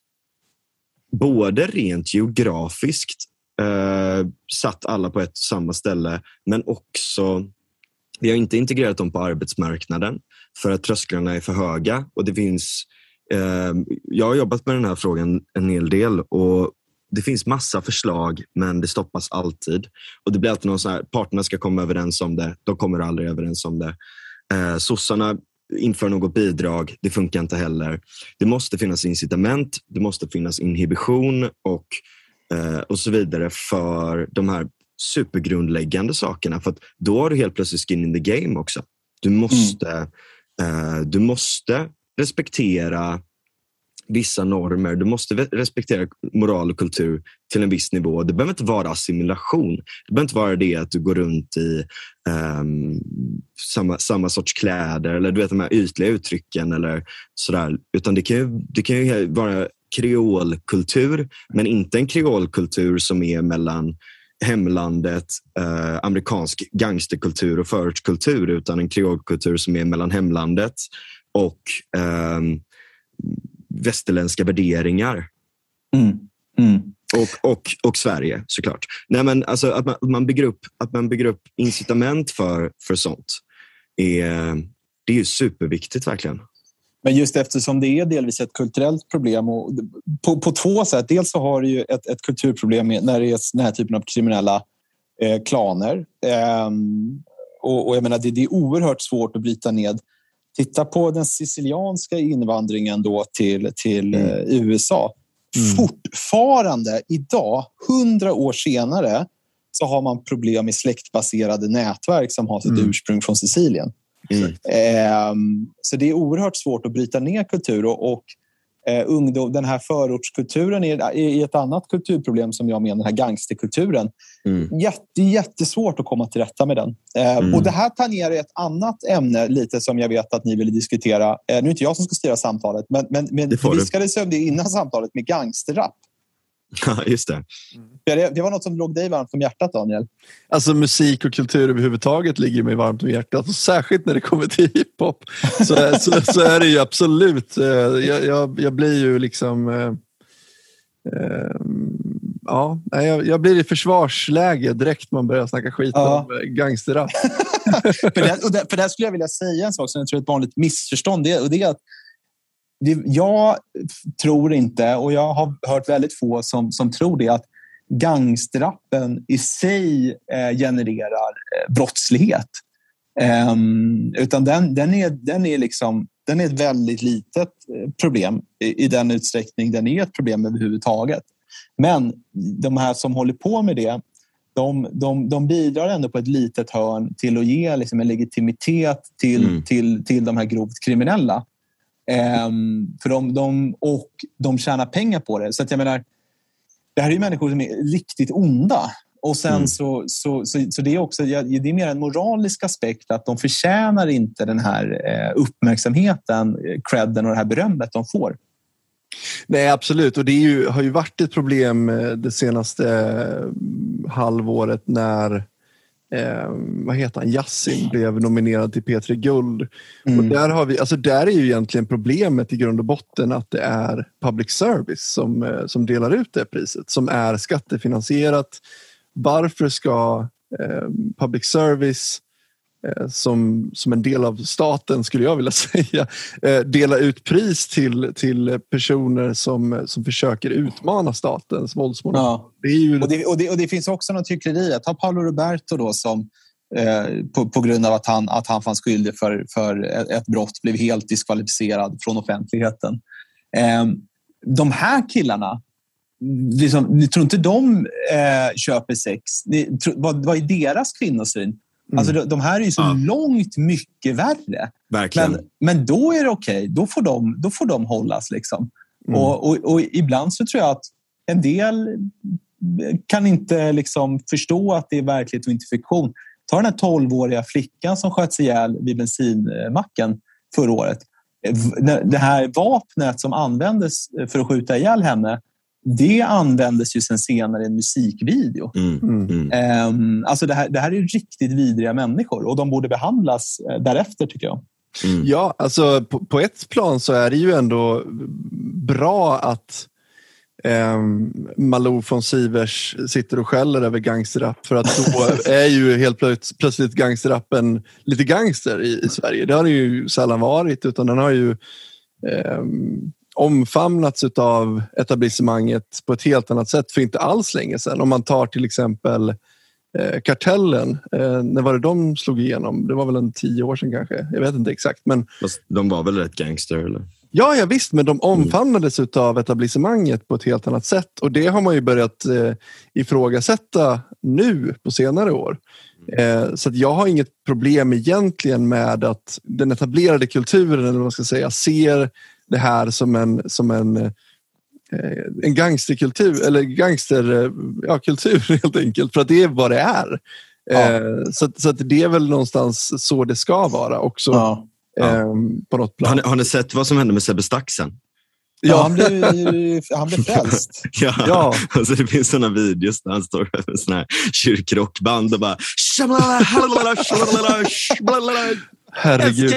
Speaker 1: både rent geografiskt satt alla på ett samma ställe, men också vi har inte integrerat dem på arbetsmarknaden för att trösklarna är för höga. Och det finns, jag har jobbat med den här frågan en hel del och det finns massa förslag, men det stoppas alltid. Och det blir alltid någon sån här, parterna ska komma överens om det, de kommer aldrig överens om det. Sossarna inför något bidrag, det funkar inte heller. Det måste finnas incitament, det måste finnas inhibition och så vidare för de här supergrundläggande sakerna. För att då har du helt plötsligt skin in the game också. Du måste respektera vissa normer. Du måste respektera moral och kultur till en viss nivå. Det behöver inte vara assimilation. Det behöver inte vara det att du går runt i samma sorts kläder eller du vet de här ytliga uttrycken eller sådär. Utan det kan ju vara kreolkultur, men inte en kreolkultur som är mellan hemlandet, amerikansk gangsterkultur och förortskultur, utan en kreolkultur som är mellan hemlandet och västerländska värderingar. Och Sverige såklart. Nej, men alltså att man bygger upp incitament för sånt det är ju superviktigt verkligen.
Speaker 2: Men just eftersom det är delvis ett kulturellt problem och på två sätt. Dels så har du ju ett kulturproblem när det är den här typen av kriminella klaner. Och jag menar det är oerhört svårt att bryta ned. Titta på den sicilianska invandringen då till USA. Fortfarande idag, 100 år senare, så har man problem med släktbaserade nätverk som har sitt ursprung från Sicilien. Så det är oerhört svårt att bryta ner kultur och ungdom, den här förortskulturen är ett annat kulturproblem som jag menar, den här gangsterkulturen. Jättesvårt att komma till rätta med den. Och det här tangerar ett annat ämne lite som jag vet att ni ville diskutera. Nu är inte jag som ska styra samtalet, men vi viskades om det innan samtalet med gangsterrap.
Speaker 1: Ja, just det.
Speaker 2: Det var något som låg dig varmt om hjärtat, Daniel.
Speaker 3: Alltså musik och kultur överhuvudtaget ligger mig varmt om hjärtat. Och särskilt när det kommer till hiphop så är det ju absolut. Jag blir ju liksom... jag blir i försvarsläge direkt man börjar snacka skit om gangsterrap.
Speaker 2: för där skulle jag vilja säga en sak som jag tror är ett vanligt missförstånd. Det är att jag tror inte, och jag har hört väldigt få som tror det, att gangsterrappen i sig genererar brottslighet. Utan den är ett väldigt litet problem i den utsträckning den är ett problem överhuvudtaget. Men de här som håller på med det, de bidrar ändå på ett litet hörn till att ge liksom en legitimitet till de här grovt kriminella. För de tjänar pengar på det. Så att jag menar, det här är ju människor som är riktigt onda. Och sen så det är också det är mer en moralisk aspekt att de förtjänar inte den här uppmärksamheten, credden och det här berömmet de får.
Speaker 3: Nej, absolut. Och det har ju varit ett problem det senaste halvåret när Yasin blev nominerad till P3 Guld. Och där är ju egentligen problemet i grund och botten att det är public service som delar ut det priset, som är skattefinansierat. Varför ska public service som en del av staten, skulle jag vilja säga, dela ut pris till personer som försöker utmana statens våldsmonopol? Ja. Det är ju...
Speaker 2: och det finns också något hyckleri. Ta Paolo Roberto då, som på grund av att han fanns skyldig för ett brott blev helt diskvalificerad från offentligheten. De här killarna, liksom, ni tror inte de köper sex? Vad är deras kvinnosyn? Alltså de här är ju så långt mycket värre.
Speaker 1: Verkligen.
Speaker 2: Men då är det okej. Då får de hållas liksom. Och ibland så tror jag att en del kan inte liksom förstå att det är verklighet och inte fiktion. Ta den här 12-åriga flickan som sköts ihjäl vid bensinmacken förra året. Det här vapnet som användes för att skjuta ihjäl henne, det användes ju sen senare i en musikvideo. Alltså det här är riktigt vidriga människor och de borde behandlas därefter, tycker jag.
Speaker 3: Ja, alltså på ett plan så är det ju ändå bra att Malou von Sivers sitter och skäller över gangsterrap, för att då är ju helt plötsligt gangsterrappen lite gangster i Sverige. Det har det ju sällan varit, utan den har ju omfamnats av etablissemanget på ett helt annat sätt för inte alls länge sedan. Om man tar till exempel Kartellen, när var det de slog igenom? Det var väl 10 år sedan kanske, jag vet inte exakt. Men
Speaker 1: de var väl rätt gangster eller?
Speaker 3: Ja, visst, men de omfamnades av etablissemanget på ett helt annat sätt. Och det har man ju börjat ifrågasätta nu på senare år. Så att jag har inget problem egentligen med att den etablerade kulturen, eller vad man ska säga, ser det här som en gangsterkultur, eller kultur helt enkelt, för att det är vad det är. Så att det är väl någonstans så det ska vara också. På något plan.
Speaker 1: Har ni sett vad som hände med Sebbe Staxen?
Speaker 2: Ja, han blev frälst.
Speaker 1: Ja. Alltså det finns såna videos där han står över såna här kyrkrockband och bara
Speaker 3: herregud.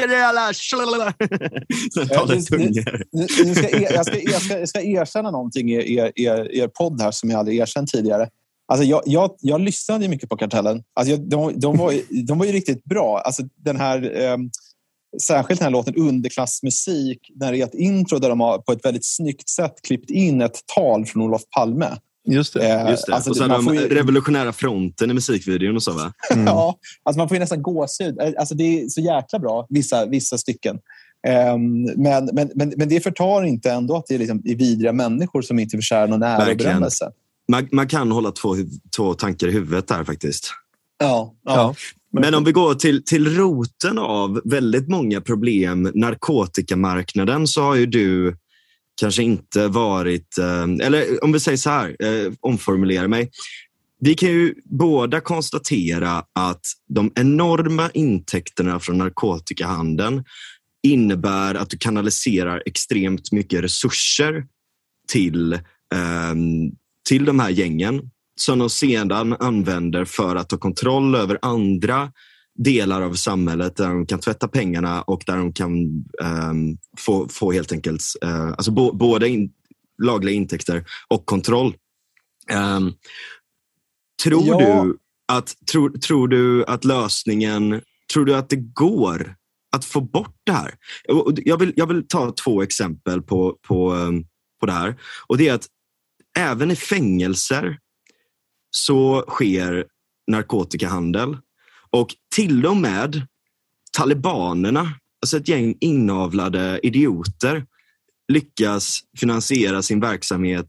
Speaker 2: Jag ska erkänna någonting i er podd här som jag aldrig erkänt tidigare. Alltså jag lyssnade mycket på Kartellen. Alltså de var ju riktigt bra. Alltså den här särskilt den här låten Underklassmusik, när det är ett intro där de har på ett väldigt snyggt sätt klippt in ett tal från Olof Palme.
Speaker 3: Just det.
Speaker 1: Alltså, och så har de revolutionära fronten i musikvideon och så, va?
Speaker 2: Ja, alltså man får ju nästan gåshud. Alltså det är så jäkla bra, vissa stycken. Men det förtar inte ändå att det är liksom vidriga människor som inte förtjänar någon ära och berömmelse.
Speaker 1: Man kan hålla två tankar i huvudet där faktiskt.
Speaker 2: Ja.
Speaker 1: Men om vi går till roten av väldigt många problem, narkotikamarknaden, så har ju du kanske inte varit, eller om vi säger så här, omformulera mig. Vi kan ju båda konstatera att de enorma intäkterna från narkotikahandeln innebär att du kanaliserar extremt mycket resurser till de här gängen som de sedan använder för att ta kontroll över andra delar av samhället där de kan tvätta pengarna och där de kan få helt enkelt alltså både lagliga intäkter och kontroll. Tror du att lösningen, tror du att det går att få bort det här? Jag vill ta 2 exempel på det här, och det är att även i fängelser så sker narkotikahandel, och till och med talibanerna, alltså ett gäng inavlade idioter, lyckas finansiera sin verksamhet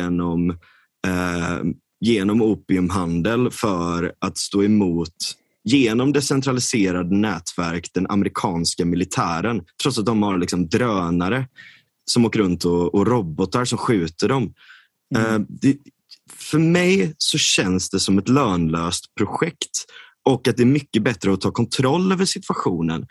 Speaker 1: genom opiumhandel för att stå emot, genom decentraliserade nätverk, den amerikanska militären, trots att de har liksom drönare som åker runt och robotar som skjuter dem. För mig så känns det som ett lönlöst projekt, och att det är mycket bättre att ta kontroll över situationen.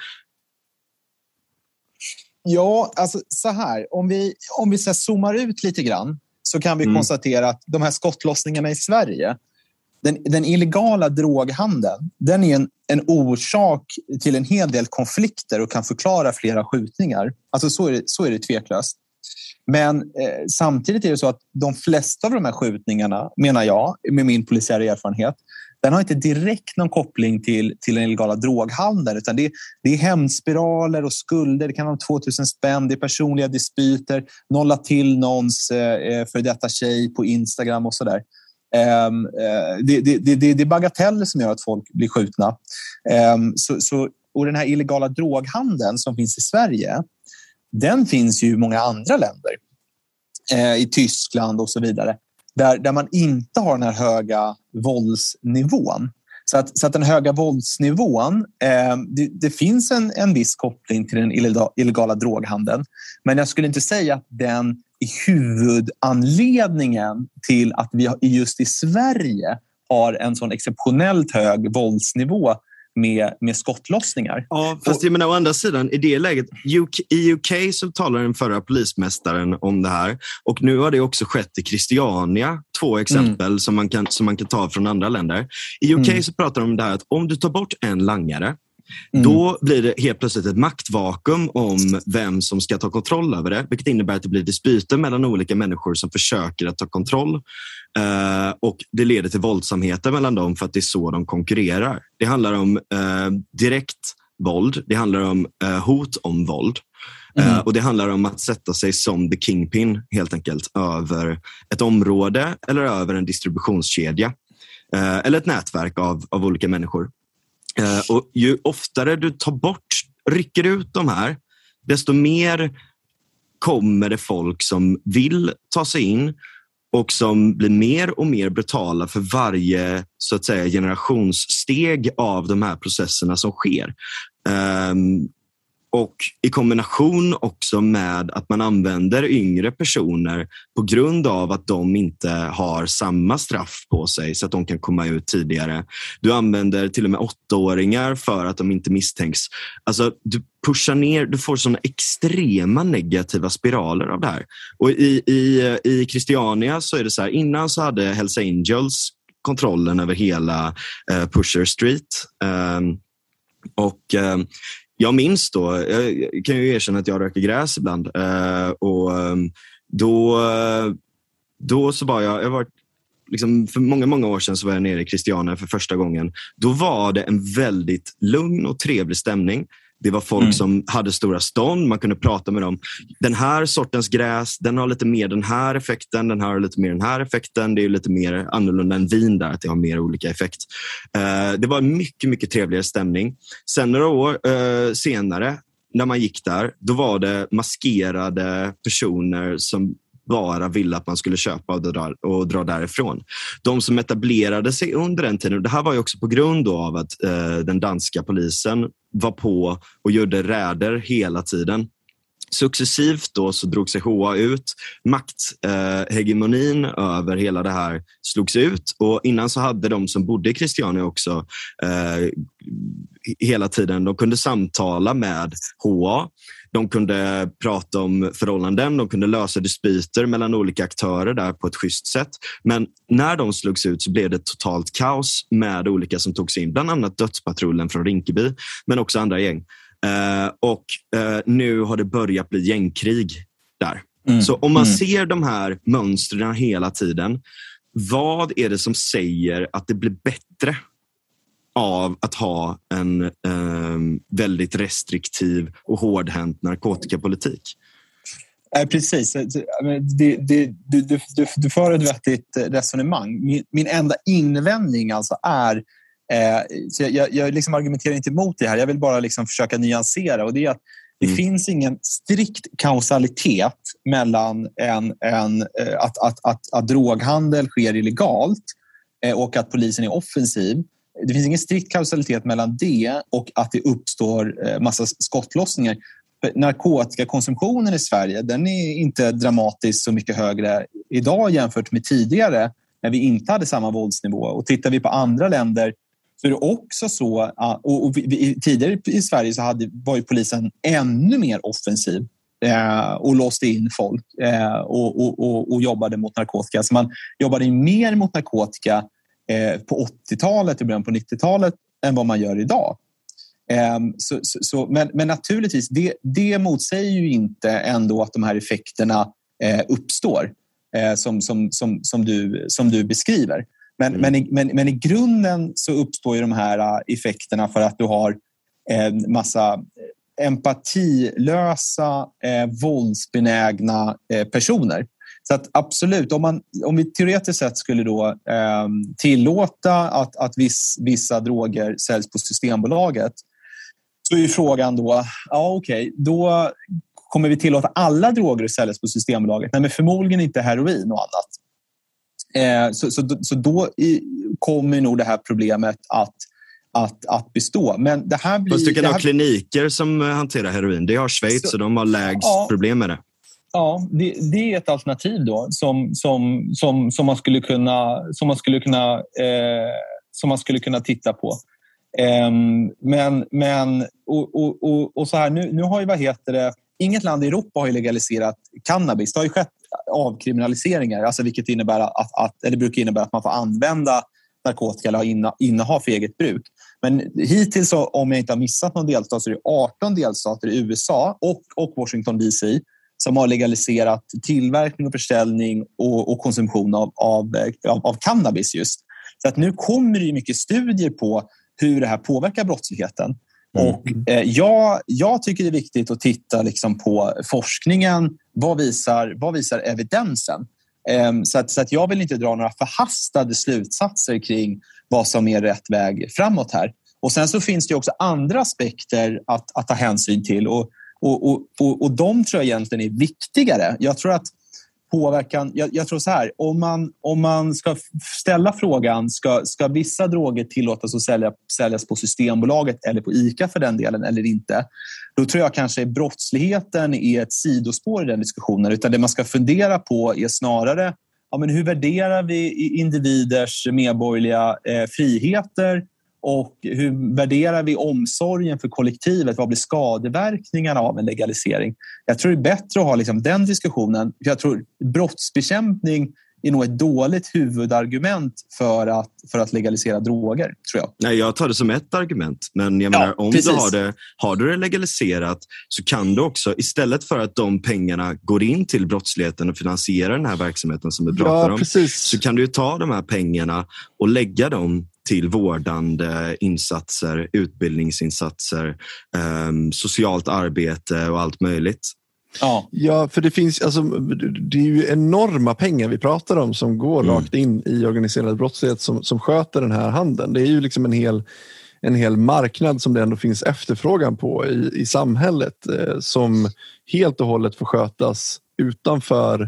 Speaker 1: Ja,
Speaker 2: alltså så här. Om vi så zoomar ut lite grann, så kan vi konstatera att de här skottlossningarna i Sverige, den illegala droghandeln, den är en orsak till en hel del konflikter och kan förklara flera skjutningar. Alltså så är det tveklöst. Men samtidigt är det så att de flesta av de här skjutningarna, menar jag, med min polisiära erfarenhet, den har inte direkt någon koppling till den illegala droghandeln, utan det är hämndspiraler och skulder. Det kan vara 2000 spänn, det är personliga dispyter, nolla till någons för detta tjej på Instagram och sådär. Det är bagateller som gör att folk blir skjutna. Och den här illegala droghandeln som finns i Sverige, den finns ju i många andra länder. I Tyskland och så vidare. Där man inte har den här höga våldsnivån. Så att den höga våldsnivån, det finns en viss koppling till den illegala droghandeln. Men jag skulle inte säga att den är huvudanledningen till att vi just i Sverige har en sån exceptionellt hög våldsnivå med skottlossningar.
Speaker 1: Ja, fast jag menar, å andra sidan, i det läget, i UK så talar den förra polismästaren om det här, och nu har det också skett i Christiania, 2 exempel som man kan ta från andra länder. I UK så pratar de om det här att om du tar bort en langare, Då blir det helt plötsligt ett maktvakuum om vem som ska ta kontroll över det, vilket innebär att det blir dispyter mellan olika människor som försöker att ta kontroll. Och det leder till våldsamheter mellan dem för att det är så de konkurrerar. Det handlar om direkt våld, det handlar om hot om våld. Och det handlar om att sätta sig som the kingpin helt enkelt över ett område eller över en distributionskedja. Eller ett nätverk av olika människor. Och ju oftare du rycker ut de här, desto mer kommer det folk som vill ta sig in och som blir mer och mer brutala för varje så att säga generationssteg av de här processerna som sker. Och i kombination också med att man använder yngre personer på grund av att de inte har samma straff på sig så att de kan komma ut tidigare. Du använder till och med 8-åringar för att de inte misstänks. Alltså du pushar ner, du får såna extrema negativa spiraler av det här. Och i Christiania så är det så här, innan så hade Hells Angels kontrollen över hela Pusher Street. Jag minns då, jag kan ju erkänna att jag röker gräs ibland. Och då så var jag var liksom, för många år sedan så var jag nere i Christiania för första gången. Då var det en väldigt lugn och trevlig stämning. Det var folk som hade stora stånd. Man kunde prata med dem. Den här sortens gräs, den har lite mer den här effekten. Den har lite mer den här effekten. Det är lite mer annorlunda än vin där, att det har mer olika effekt. Det var en mycket, mycket trevligare stämning. Sen några år senare, när man gick där, då var det maskerade personer som bara ville att man skulle köpa och dra därifrån. De som etablerade sig under den tiden, det här var ju också på grund av att den danska polisen var på och gjorde räder hela tiden. Successivt då så drog sig HA ut. Makthegemonin över hela det här slogs ut. Och innan så hade de som bodde i Christiania också hela tiden, de kunde samtala med HA. De kunde prata om förhållanden, de kunde lösa dispyter mellan olika aktörer där på ett schysst sätt. Men när de slogs ut så blev det totalt kaos med olika som tog sig in. Bland annat Dödspatrullen från Rinkeby, men också andra gäng. Nu har det börjat bli gängkrig där. Så om man ser de här mönstren hela tiden, vad är det som säger att det blir bättre av att ha en väldigt restriktiv och hårdhänt narkotikapolitik?
Speaker 2: Precis. Du för ett vettigt resonemang. Min enda invändning alltså är, så jag liksom argumenterar inte emot det här, jag vill bara liksom försöka nyansera, och det är att det finns ingen strikt kausalitet mellan att droghandel sker illegalt och att polisen är offensiv. Det finns ingen strikt kausalitet mellan det och att det uppstår massa skottlossningar. Narkotikakonsumtionen i Sverige, den är inte dramatiskt så mycket högre idag jämfört med tidigare när vi inte hade samma våldsnivå. Och tittar vi på andra länder så är det också så, och tidigare i Sverige så var ju polisen ännu mer offensiv och låste in folk och jobbade mot narkotika. Så man jobbade mer mot narkotika på 80-talet och början på 90-talet än vad man gör idag. Men naturligtvis, det motsäger ju inte ändå att de här effekterna uppstår som du beskriver. Men i grunden så uppstår ju de här effekterna för att du har massa empatilösa, våldsbenägna personer. Så att absolut, om vi teoretiskt sett skulle då tillåta att vissa droger säljs på Systembolaget, så är ju frågan då, då kommer vi tillåta alla droger att säljas på Systembolaget? Nej, men förmodligen inte heroin och annat. Så då kommer nog det här problemet att bestå. Men det här blir...
Speaker 1: Fast du kan ha kliniker som hanterar heroin. Det har Schweiz, så de har lägst problem med det.
Speaker 2: Ja, det är ett alternativ då som man skulle kunna titta på. Men så här, nu har ju inget land i Europa har ju legaliserat cannabis. Det har ju skett avkriminaliseringar, alltså vilket innebär eller brukar innebära att man får använda narkotika eller inneha för eget bruk. Men hittills, så, om jag inte har missat någon delstat, så är det 18 delstater i USA och Washington DC som har legaliserat tillverkning och försäljning och konsumtion av cannabis just. Så att nu kommer det ju mycket studier på hur det här påverkar brottsligheten. Och jag tycker det är viktigt att titta liksom på forskningen. Vad visar evidensen? Så att jag vill inte dra några förhastade slutsatser kring vad som är rätt väg framåt här. Och sen så finns det också andra aspekter att ta hänsyn till. Och de tror jag egentligen är viktigare. Jag tror att påverkan... Jag tror så här, om man ska ställa frågan, ska vissa droger tillåtas att säljas på Systembolaget eller på ICA för den delen eller inte? Då tror jag kanske brottsligheten är ett sidospår i den diskussionen. Utan det man ska fundera på är snarare, men hur värderar vi individers medborgerliga friheter? Och hur värderar vi omsorgen för kollektivet? Vad blir skadeverkningarna av en legalisering? Jag tror det är bättre att ha liksom den diskussionen. Jag tror brottsbekämpning är nog ett dåligt huvudargument för att legalisera droger, tror jag.
Speaker 1: Nej, jag tar det som ett argument. Men jag menar, om har du det legaliserat, så kan du också, istället för att de pengarna går in till brottsligheten och finansierar den här verksamheten som vi pratar om, så kan du ta de här pengarna och lägga dem till vårdande insatser, utbildningsinsatser, socialt arbete och allt möjligt.
Speaker 3: Ja, för det finns, alltså, det är ju enorma pengar vi pratar om som går rakt in i organiserad brottslighet som sköter den här handeln. Det är ju liksom en hel marknad som det ändå finns efterfrågan på i samhället, som helt och hållet får skötas utanför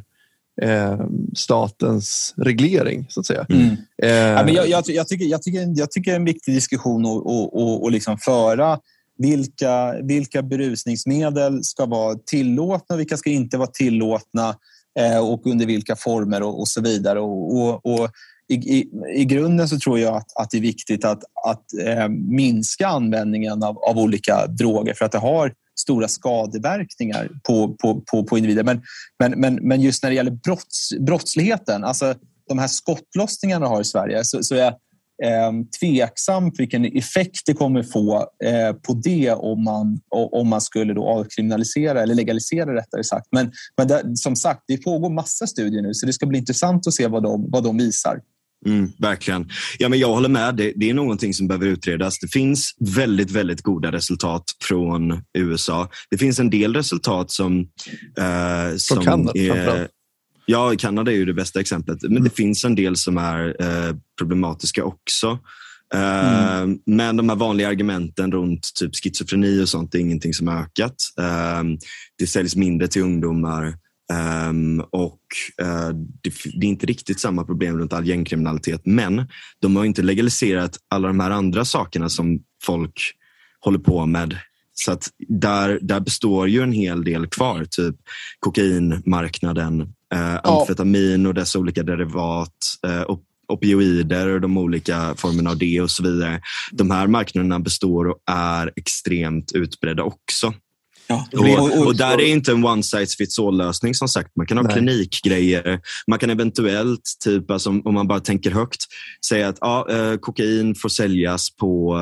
Speaker 3: statens reglering, så att säga.
Speaker 2: Men jag tycker det är en viktig diskussion att liksom föra vilka berusningsmedel ska vara tillåtna, vilka ska inte vara tillåtna, och under vilka former och så vidare. Och i grunden så tror jag att det är viktigt att minska användningen av olika droger, för att det har stora skadeverkningar på individer. Men just när det gäller brottsligheten, alltså de här skottlossningarna har i Sverige, så är jag tveksam på vilken effekt det kommer få på det om man skulle då avkriminalisera eller legalisera, rättare sagt. Men som sagt, det pågår massa studier nu, så det ska bli intressant att se vad de visar.
Speaker 1: Verkligen. Ja, men jag håller med. Det är någonting som behöver utredas. Det finns väldigt, väldigt goda resultat från USA. Det finns en del resultat som
Speaker 3: Kanada,
Speaker 1: ja, Kanada är ju det bästa exemplet. Men det finns en del som är problematiska också. Men de här vanliga argumenten runt typ schizofreni och sånt är ingenting som har ökat. Det säljs mindre till ungdomar. Och det är inte riktigt samma problem runt all gängkriminalitet, men de har inte legaliserat alla de här andra sakerna som folk håller på med, så att där består ju en hel del kvar, typ kokainmarknaden, amfetamin och dess olika derivat, opioider och de olika formerna av det och så vidare. De här marknaderna består och är extremt utbredda också.
Speaker 2: Ja,
Speaker 1: och där är inte en one size fits all lösning, som sagt. Man kan ha klinikgrejer. Man kan eventuellt, typ, alltså, om man bara tänker högt, säga att kokain får säljas på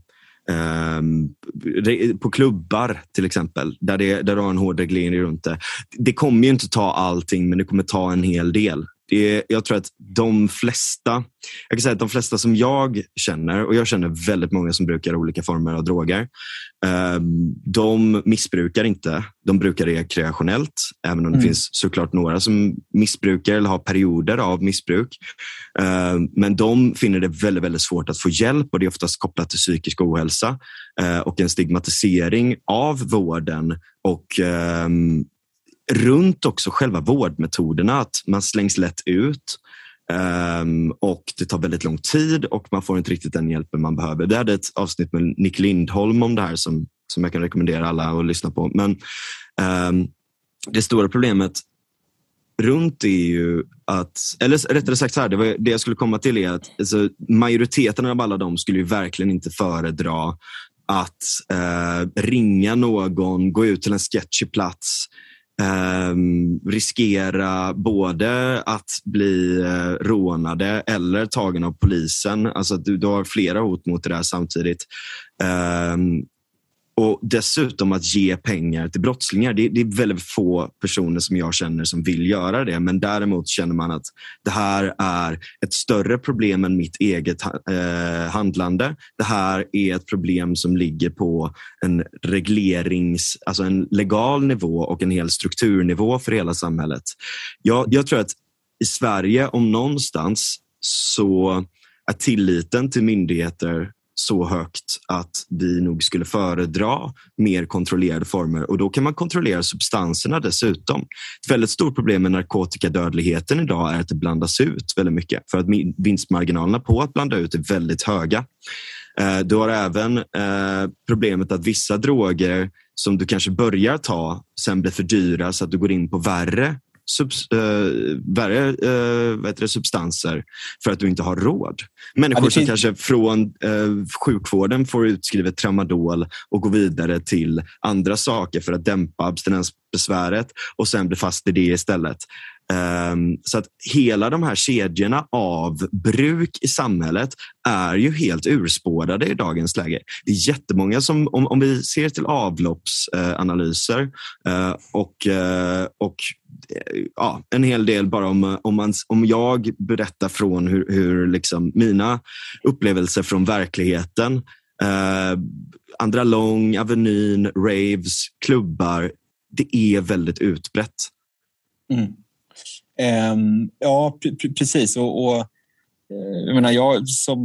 Speaker 1: klubbar till exempel, där du har en hård reglering runt det. Det kommer ju inte ta allting, men det kommer ta en hel del. Jag tror att de flesta som jag känner, och jag känner väldigt många som brukar olika former av droger, de missbrukar inte. De brukar rekreationellt, även om det finns såklart några som missbrukar eller har perioder av missbruk. Men de finner det väldigt, väldigt svårt att få hjälp, och det är oftast kopplat till psykisk ohälsa och en stigmatisering av vården och runt också själva vårdmetoderna, att man slängs lätt ut och det tar väldigt lång tid och man får inte riktigt den hjälpen man behöver. Vi hade ett avsnitt med Nick Lindholm om det här som jag kan rekommendera alla att lyssna på. Men det stora problemet runt är ju att, eller rättare sagt så här, det jag skulle komma till är att alltså, majoriteten av alla dem skulle ju verkligen inte föredra att ringa någon, gå ut till en sketchy plats, riskera både att bli rånade eller tagen av polisen. Alltså att du har flera hot mot det där samtidigt. Och dessutom att ge pengar till brottslingar. Det är väldigt få personer som jag känner som vill göra det. Men däremot känner man att det här är ett större problem än mitt eget handlande. Det här är ett problem som ligger på en alltså en legal nivå och en hel strukturnivå för hela samhället. Jag tror att i Sverige, om någonstans, så är tilliten till myndigheter så högt att vi nog skulle föredra mer kontrollerade former. Och då kan man kontrollera substanserna dessutom. Ett väldigt stort problem med narkotikadödligheten idag är att det blandas ut väldigt mycket. För att vinstmarginalerna på att blanda ut är väldigt höga. Du har även problemet att vissa droger som du kanske börjar ta sen blir för dyra så att du går in på värre substanser för att du inte har råd. Människor som kanske från sjukvården får utskrivet tramadol och går vidare till andra saker för att dämpa abstinensbesväret och sen blir fast i det istället. Så att hela de här kedjorna av bruk i samhället är ju helt urspårade i dagens läge. Det är jättemånga som, om vi ser till avloppsanalyser och en hel del bara om jag berättar från hur liksom mina upplevelser från verkligheten, Andra Lång, Avenyn, raves, klubbar, det är väldigt utbrett.
Speaker 2: Precis. Och jag menar, jag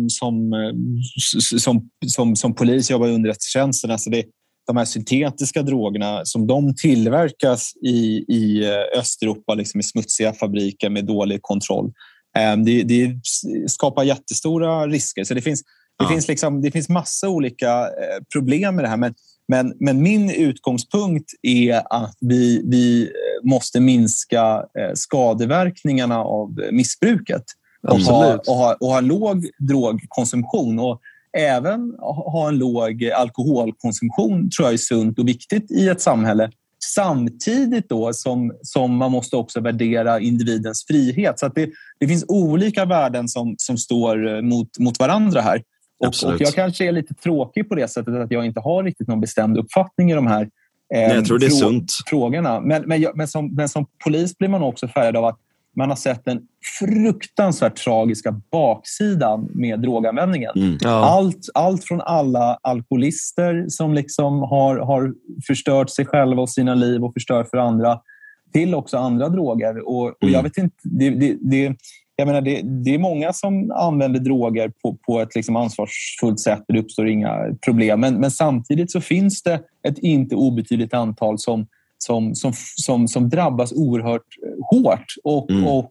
Speaker 2: som polis jobbar i underrättelsetjänsten. Alltså de här syntetiska drogerna som de tillverkas i Östeuropa, liksom i smutsiga fabriker med dålig kontroll. Det skapar jättestora risker. Så det finns massa olika problem med det här. Men min utgångspunkt är att vi måste minska skadeverkningarna av missbruket och ha låg drogkonsumtion och även ha en låg alkoholkonsumtion, tror jag är sunt och viktigt i ett samhälle. Samtidigt då som man måste också värdera individens frihet. Så att det finns olika värden som står mot varandra här. Och jag kanske är lite tråkig på det sättet att jag inte har riktigt någon bestämd uppfattning i de här
Speaker 1: jag tror det är sunt.
Speaker 2: Frågorna. Men som polis blir man också färgad av att man har sett den fruktansvärt tragiska baksidan med droganvändningen. Allt från alla alkoholister som liksom har förstört sig själva och sina liv och förstör för andra till också andra droger. Och jag vet inte, jag menar, det är många som använder droger på ett liksom ansvarsfullt sätt. Det uppstår inga problem. Men samtidigt så finns det ett inte obetydligt antal som drabbas oerhört hårt. Och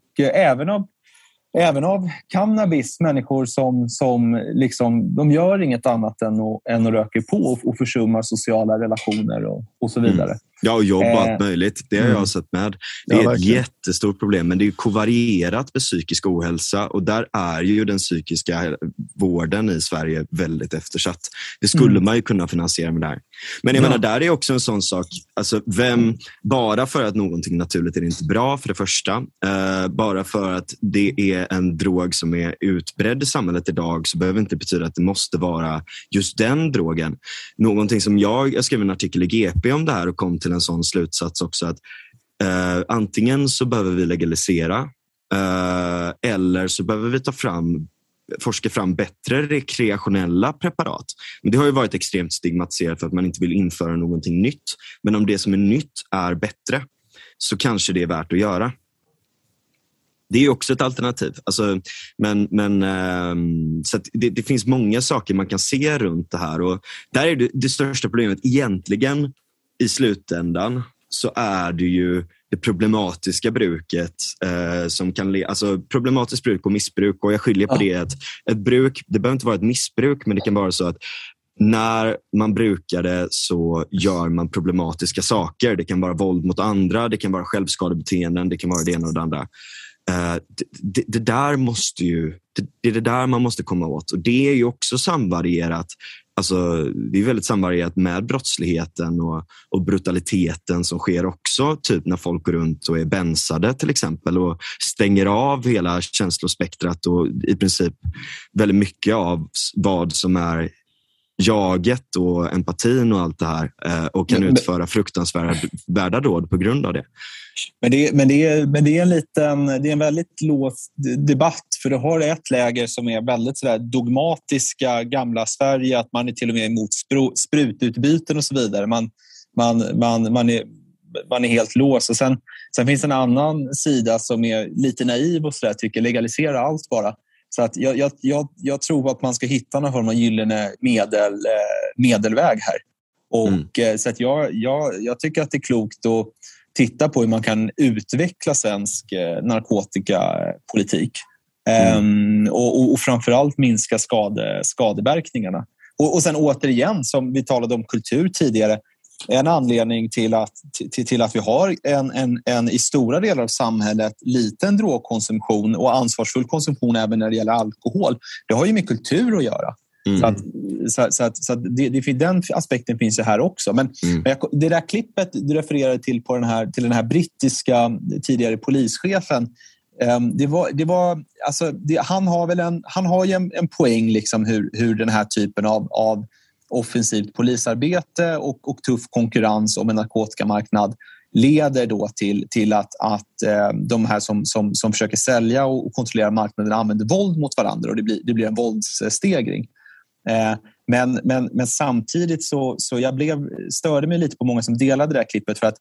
Speaker 2: även av cannabis, människor som liksom, de gör inget annat än att röka på och försummar sociala relationer och så vidare.
Speaker 1: Ja, och jobb och allt möjligt. Det har jag sett med. Det är ett jättestort problem, men det är ju kovarierat med psykisk ohälsa och där är ju den psykiska vården i Sverige väldigt eftersatt. Det skulle man ju kunna finansiera med det här. Men jag menar, där är också en sån sak. Alltså, bara för att någonting naturligt är inte bra, för det första. Bara för att det är en drog som är utbredd i samhället idag så behöver inte betyda att det måste vara just den drogen. Någonting som jag skrev en artikel i GP om det här och kom till en sån slutsats också att antingen så behöver vi legalisera eller så behöver vi forska fram bättre rekreationella preparat. Men det har ju varit extremt stigmatiserat för att man inte vill införa någonting nytt. Men om det som är nytt är bättre så kanske det är värt att göra. Det är också ett alternativ. Alltså, så att det finns många saker man kan se runt det här. Och där är det största problemet egentligen i slutändan så är det ju det problematiska bruket som kan alltså problematiskt bruk och missbruk. Och jag skiljer på det att ett bruk, det behöver inte vara ett missbruk, men det kan vara så att när man brukar det så gör man problematiska saker. Det kan vara våld mot andra, det kan vara självskadebeteenden, det kan vara det ena och det andra. Det där måste ju, det är det där man måste komma åt, och det är ju också samvarierat alltså, det är väldigt samvarierat med brottsligheten och brutaliteten som sker också. Typ när folk går runt och är bensade till exempel och stänger av hela känslospektrat och i princip väldigt mycket av vad som är jaget och empatin och allt det här och kan utföra fruktansvärda dåd på grund av det.
Speaker 2: Men det är en väldigt låst debatt, för det har ett läger som är väldigt sådär dogmatiska gamla Sverige, att man är till och med emot sprututbyten och så vidare. Man är helt låst. Och sen finns en annan sida som är lite naiv och sådär, tycker legalisera allt bara. Så att jag tror att man ska hitta någon form av gyllene medelväg här. Och så att jag tycker att det är klokt att titta på hur man kan utveckla svensk narkotikapolitik. Och framförallt minska skadeverkningarna. Och sen återigen, som vi talade om kultur tidigare, en anledning till att vi har en i stora delar av samhället liten drogkonsumtion och ansvarsfull konsumtion även när det gäller alkohol. Det har ju med kultur att göra. Så att den aspekten finns ju här också. Men det där klippet du refererade till till den här brittiska tidigare polischefen, han har ju en poäng liksom hur den här typen av offensivt polisarbete och tuff konkurrens om en narkotikamarknad leder då till att de här som försöker sälja och kontrollera marknaden använder våld mot varandra, och det blir en våldsstegring. Men samtidigt så jag störde mig lite på många som delade det där klippet, för att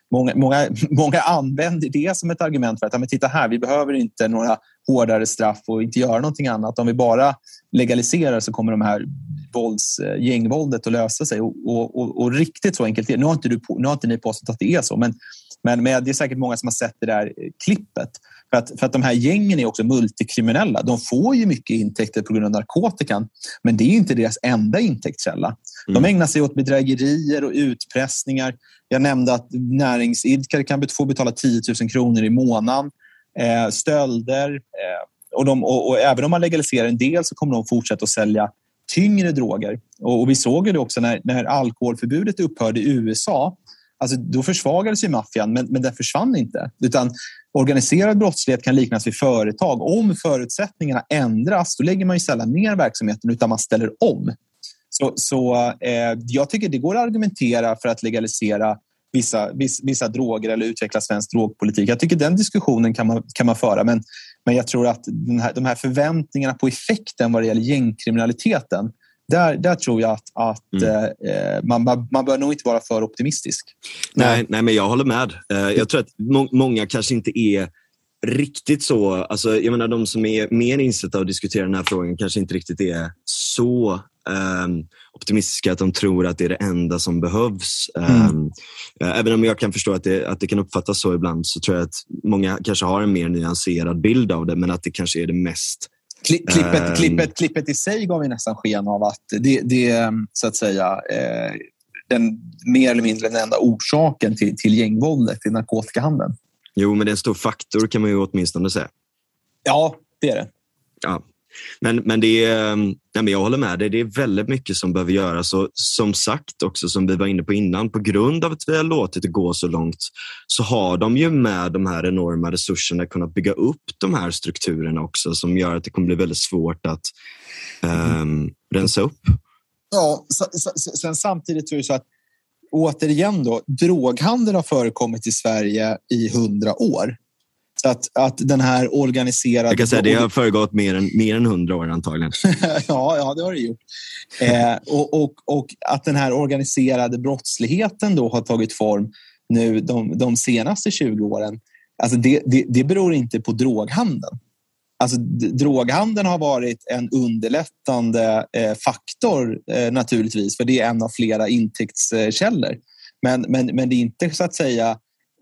Speaker 2: många använder det som ett argument för att titta här, vi behöver inte några hårdare straff och inte göra någonting annat. Om vi bara legaliserar så kommer de här gängvåldet att lösa sig. Och riktigt så enkelt. Nu har inte ni påstått att det är så, men det är säkert många som har sett det där klippet. För att de här gängen är också multikriminella. De får ju mycket intäkter på grund av narkotikan, men det är inte deras enda intäktskälla. De ägnar sig åt bedrägerier och utpressningar. Jag nämnde att näringsidkare kan få betala 10 000 kronor i månaden. Stölder. Och även om man legaliserar en del så kommer de fortsätta att sälja tyngre droger. Och vi såg ju det också när alkoholförbudet upphörde i USA. Alltså, då försvagades ju maffian, men den försvann inte. Utan organiserad brottslighet kan liknas vid företag. Om förutsättningarna ändras, då lägger man ju sällan ner verksamheten, utan man ställer om. Så jag tycker det går att argumentera för att legalisera vissa droger eller utveckla svensk drogpolitik. Jag tycker den diskussionen kan man föra. Men jag tror att de här förväntningarna på effekten vad det gäller gängkriminaliteten, där tror jag att man bör nog inte vara för optimistisk.
Speaker 1: Nej, men jag håller med. Jag tror att många kanske inte är riktigt så. Alltså, jag menar, de som är mer insatta att diskutera den här frågan kanske inte riktigt är så optimistiska att de tror att det är det enda som behövs. Även om jag kan förstå att det kan uppfattas så ibland, så tror jag att många kanske har en mer nyanserad bild av det, men att det kanske är det mest...
Speaker 2: Klippet i sig gav ju nästan sken av att det så att säga den mer eller mindre den enda orsaken till gängvåldet, till narkotikahandeln.
Speaker 1: Jo, men det är en stor faktor kan man ju åtminstone säga.
Speaker 2: Ja, det är det.
Speaker 1: Ja. Men det är, men jag håller med dig, det är väldigt mycket som behöver göras, och som sagt också, som vi var inne på innan, på grund av att vi har låtit det gå så långt, så har de ju med de här enorma resurserna kunnat bygga upp de här strukturerna också, som gör att det kommer bli väldigt svårt att rensa upp.
Speaker 2: Ja, sen samtidigt så är det så att återigen då, droghandel har förekommit i Sverige i 100 år. Så att den här organiserade...
Speaker 1: Jag kan säga det har föregått mer än 100 år antagligen.
Speaker 2: ja, det har det gjort. Och att den här organiserade brottsligheten då har tagit form nu de senaste 20 åren. Alltså det beror inte på droghandeln. Alltså droghandeln har varit en underlättande faktor naturligtvis, för det är en av flera intäktskällor. Men det är inte så att säga...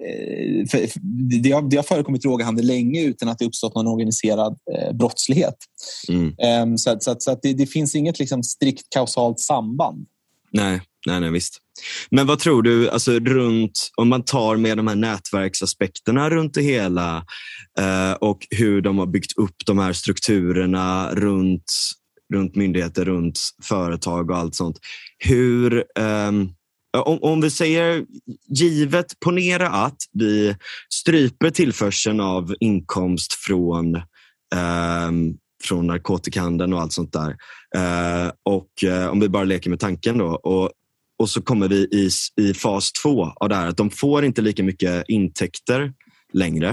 Speaker 2: Det har förekommit droghandel länge utan att det uppstått någon organiserad brottslighet. Så att det finns inget liksom strikt kausalt samband.
Speaker 1: Nej, visst. Men vad tror du, alltså om man tar med de här nätverksaspekterna runt det hela och hur de har byggt upp de här strukturerna runt runt myndigheter, runt företag och allt sånt. Hur, om vi säger givet, ponera att vi stryper tillförseln av inkomst från narkotikahandeln och allt sånt där. Och om vi bara leker med tanken då, och så kommer vi i fas 2 av det här, att de får inte lika mycket intäkter längre.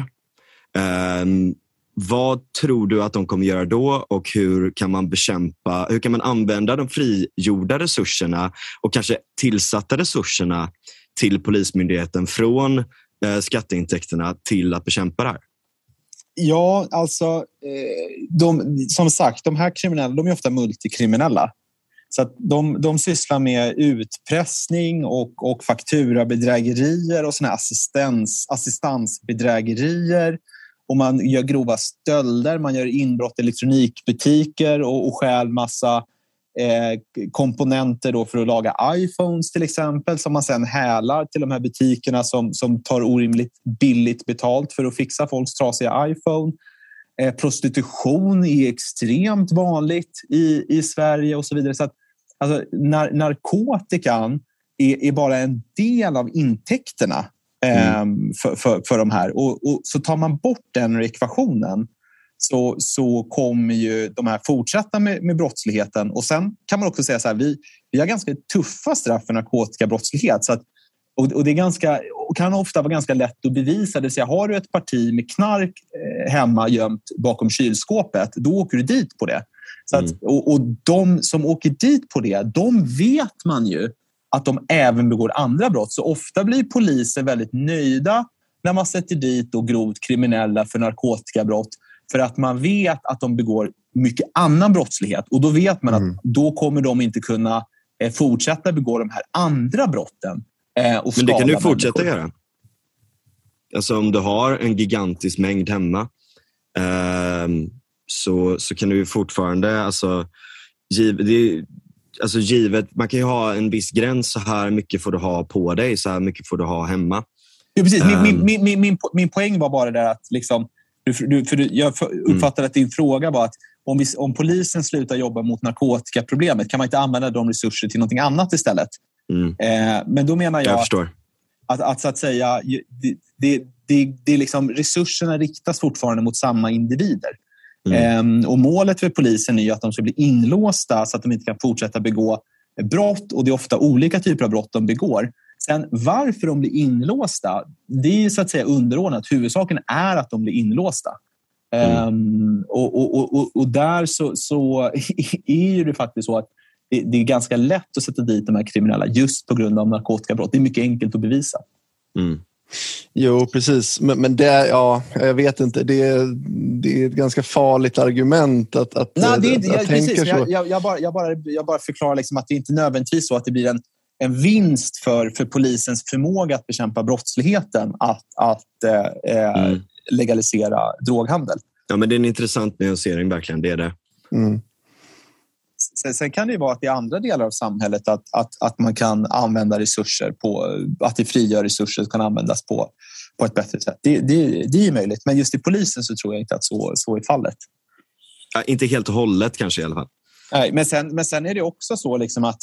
Speaker 1: Vad tror du att de kommer göra då, och hur kan man använda de frigjorda resurserna och kanske tillsatta resurserna till Polismyndigheten från skatteintäkterna till att bekämpa det här?
Speaker 2: Ja, alltså som sagt, de här kriminella, de är ofta multikriminella. Så att de sysslar med utpressning och fakturabedrägerier och såna assistansbedrägerier. Och man gör grova stölder, man gör inbrott i elektronikbutiker och stjäl massa komponenter då för att laga iPhones till exempel, som man sedan hälar till de här butikerna som tar orimligt billigt betalt för att fixa folks trasiga iPhone. Prostitution är extremt vanligt i Sverige och så vidare. Så att, alltså, narkotikan är bara en del av intäkterna för de här. Och så tar man bort den ekvationen så kommer ju de här fortsätta med brottsligheten. Och sen kan man också säga så här, vi har ganska tuffa straff för narkotikabrottslighet. Så att, och det är kan ofta vara ganska lätt att bevisa. Det vill säga, har du ett parti med knark hemma gömt bakom kylskåpet, då åker du dit på det. Så att, och de som åker dit på det, de vet man ju att de även begår andra brott. Så ofta blir poliser väldigt nöjda när man sätter dit och grovt kriminella för narkotikabrott. För att man vet att de begår mycket annan brottslighet. Och då vet man att då kommer de inte kunna fortsätta begå de här andra brotten.
Speaker 1: Men det kan du fortsätta göra. Alltså om du har en gigantisk mängd hemma så kan du fortfarande, givet, man kan ju ha en viss gräns, så här mycket får du ha på dig, så här mycket får du ha hemma.
Speaker 2: Ja, precis. Min poäng var bara där att liksom, jag uppfattar att din fråga var att om polisen slutar jobba mot narkotikaproblemet, kan man inte använda de resurser till någonting annat istället? Men då menar jag att så att säga det är liksom, resurserna riktas fortfarande mot samma individer. Och målet för polisen är ju att de ska bli inlåsta så att de inte kan fortsätta begå brott, och det är ofta olika typer av brott de begår. Sen varför de blir inlåsta, det är så att säga underordnat. Huvudsaken är att de blir inlåsta. Och där så är ju det faktiskt så att det är ganska lätt att sätta dit de här kriminella just på grund av narkotikabrott. Det är mycket enkelt att bevisa.
Speaker 3: Jo, precis. Men det, ja, jag vet inte. Det är ett ganska farligt argument att tänka så. Jag bara förklarar liksom att det inte nödvändigtvis så att det blir en vinst för polisens förmåga att bekämpa brottsligheten att legalisera droghandel.
Speaker 1: Ja, men det är en intressant nyansering verkligen, det är det.
Speaker 2: Sen kan det ju vara att i andra delar av samhället att man kan använda resurser på, att det frigör resurser som kan användas på ett bättre sätt. Det är ju möjligt, men just i polisen så tror jag inte att så är fallet.
Speaker 1: Ja, inte helt och hållet kanske i alla fall.
Speaker 2: Nej, men sen är det också så liksom att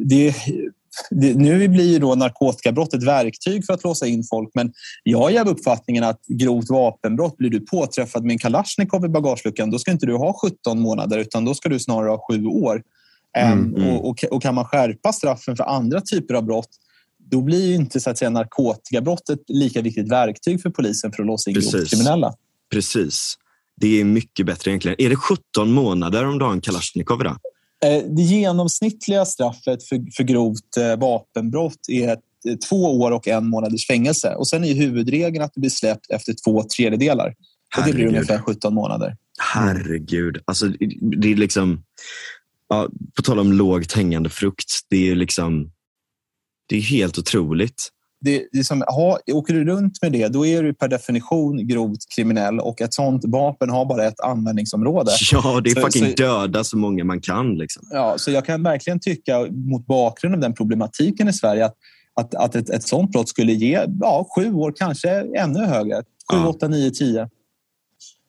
Speaker 2: nu blir ju då narkotikabrott ett verktyg för att låsa in folk, men jag är av uppfattningen att grovt vapenbrott, blir du påträffad med en Kalashnikov i bagageluckan, då ska inte du ha 17 månader utan då ska du snarare ha 7 år. Och kan man skärpa straffen för andra typer av brott, då blir ju inte så att säga narkotikabrott ett lika viktigt verktyg för polisen för att låsa in grovt kriminella. Precis.
Speaker 1: Det är mycket bättre egentligen. Är det 17 månader om du har en Kalashnikov idag?
Speaker 2: Det genomsnittliga straffet för grovt vapenbrott är 2 år och 1 månaders fängelse. Och sen är huvudregeln att du blir släppt efter 2/3. Och det blir ungefär 17 månader.
Speaker 1: Herregud. Alltså, det är liksom... Ja, på tal om lågt hängande frukt. Det är liksom... Det är helt otroligt.
Speaker 2: Det är som, åker du runt med det, då är du per definition grovt kriminell, och ett sånt vapen har bara ett användningsområde.
Speaker 1: Ja, det är fucking döda så många man kan. Liksom.
Speaker 2: Ja, så jag kan verkligen tycka, mot bakgrund av den problematiken i Sverige, att ett sånt brott skulle ge 7 år, kanske ännu högre. 7, 8, 9, 10.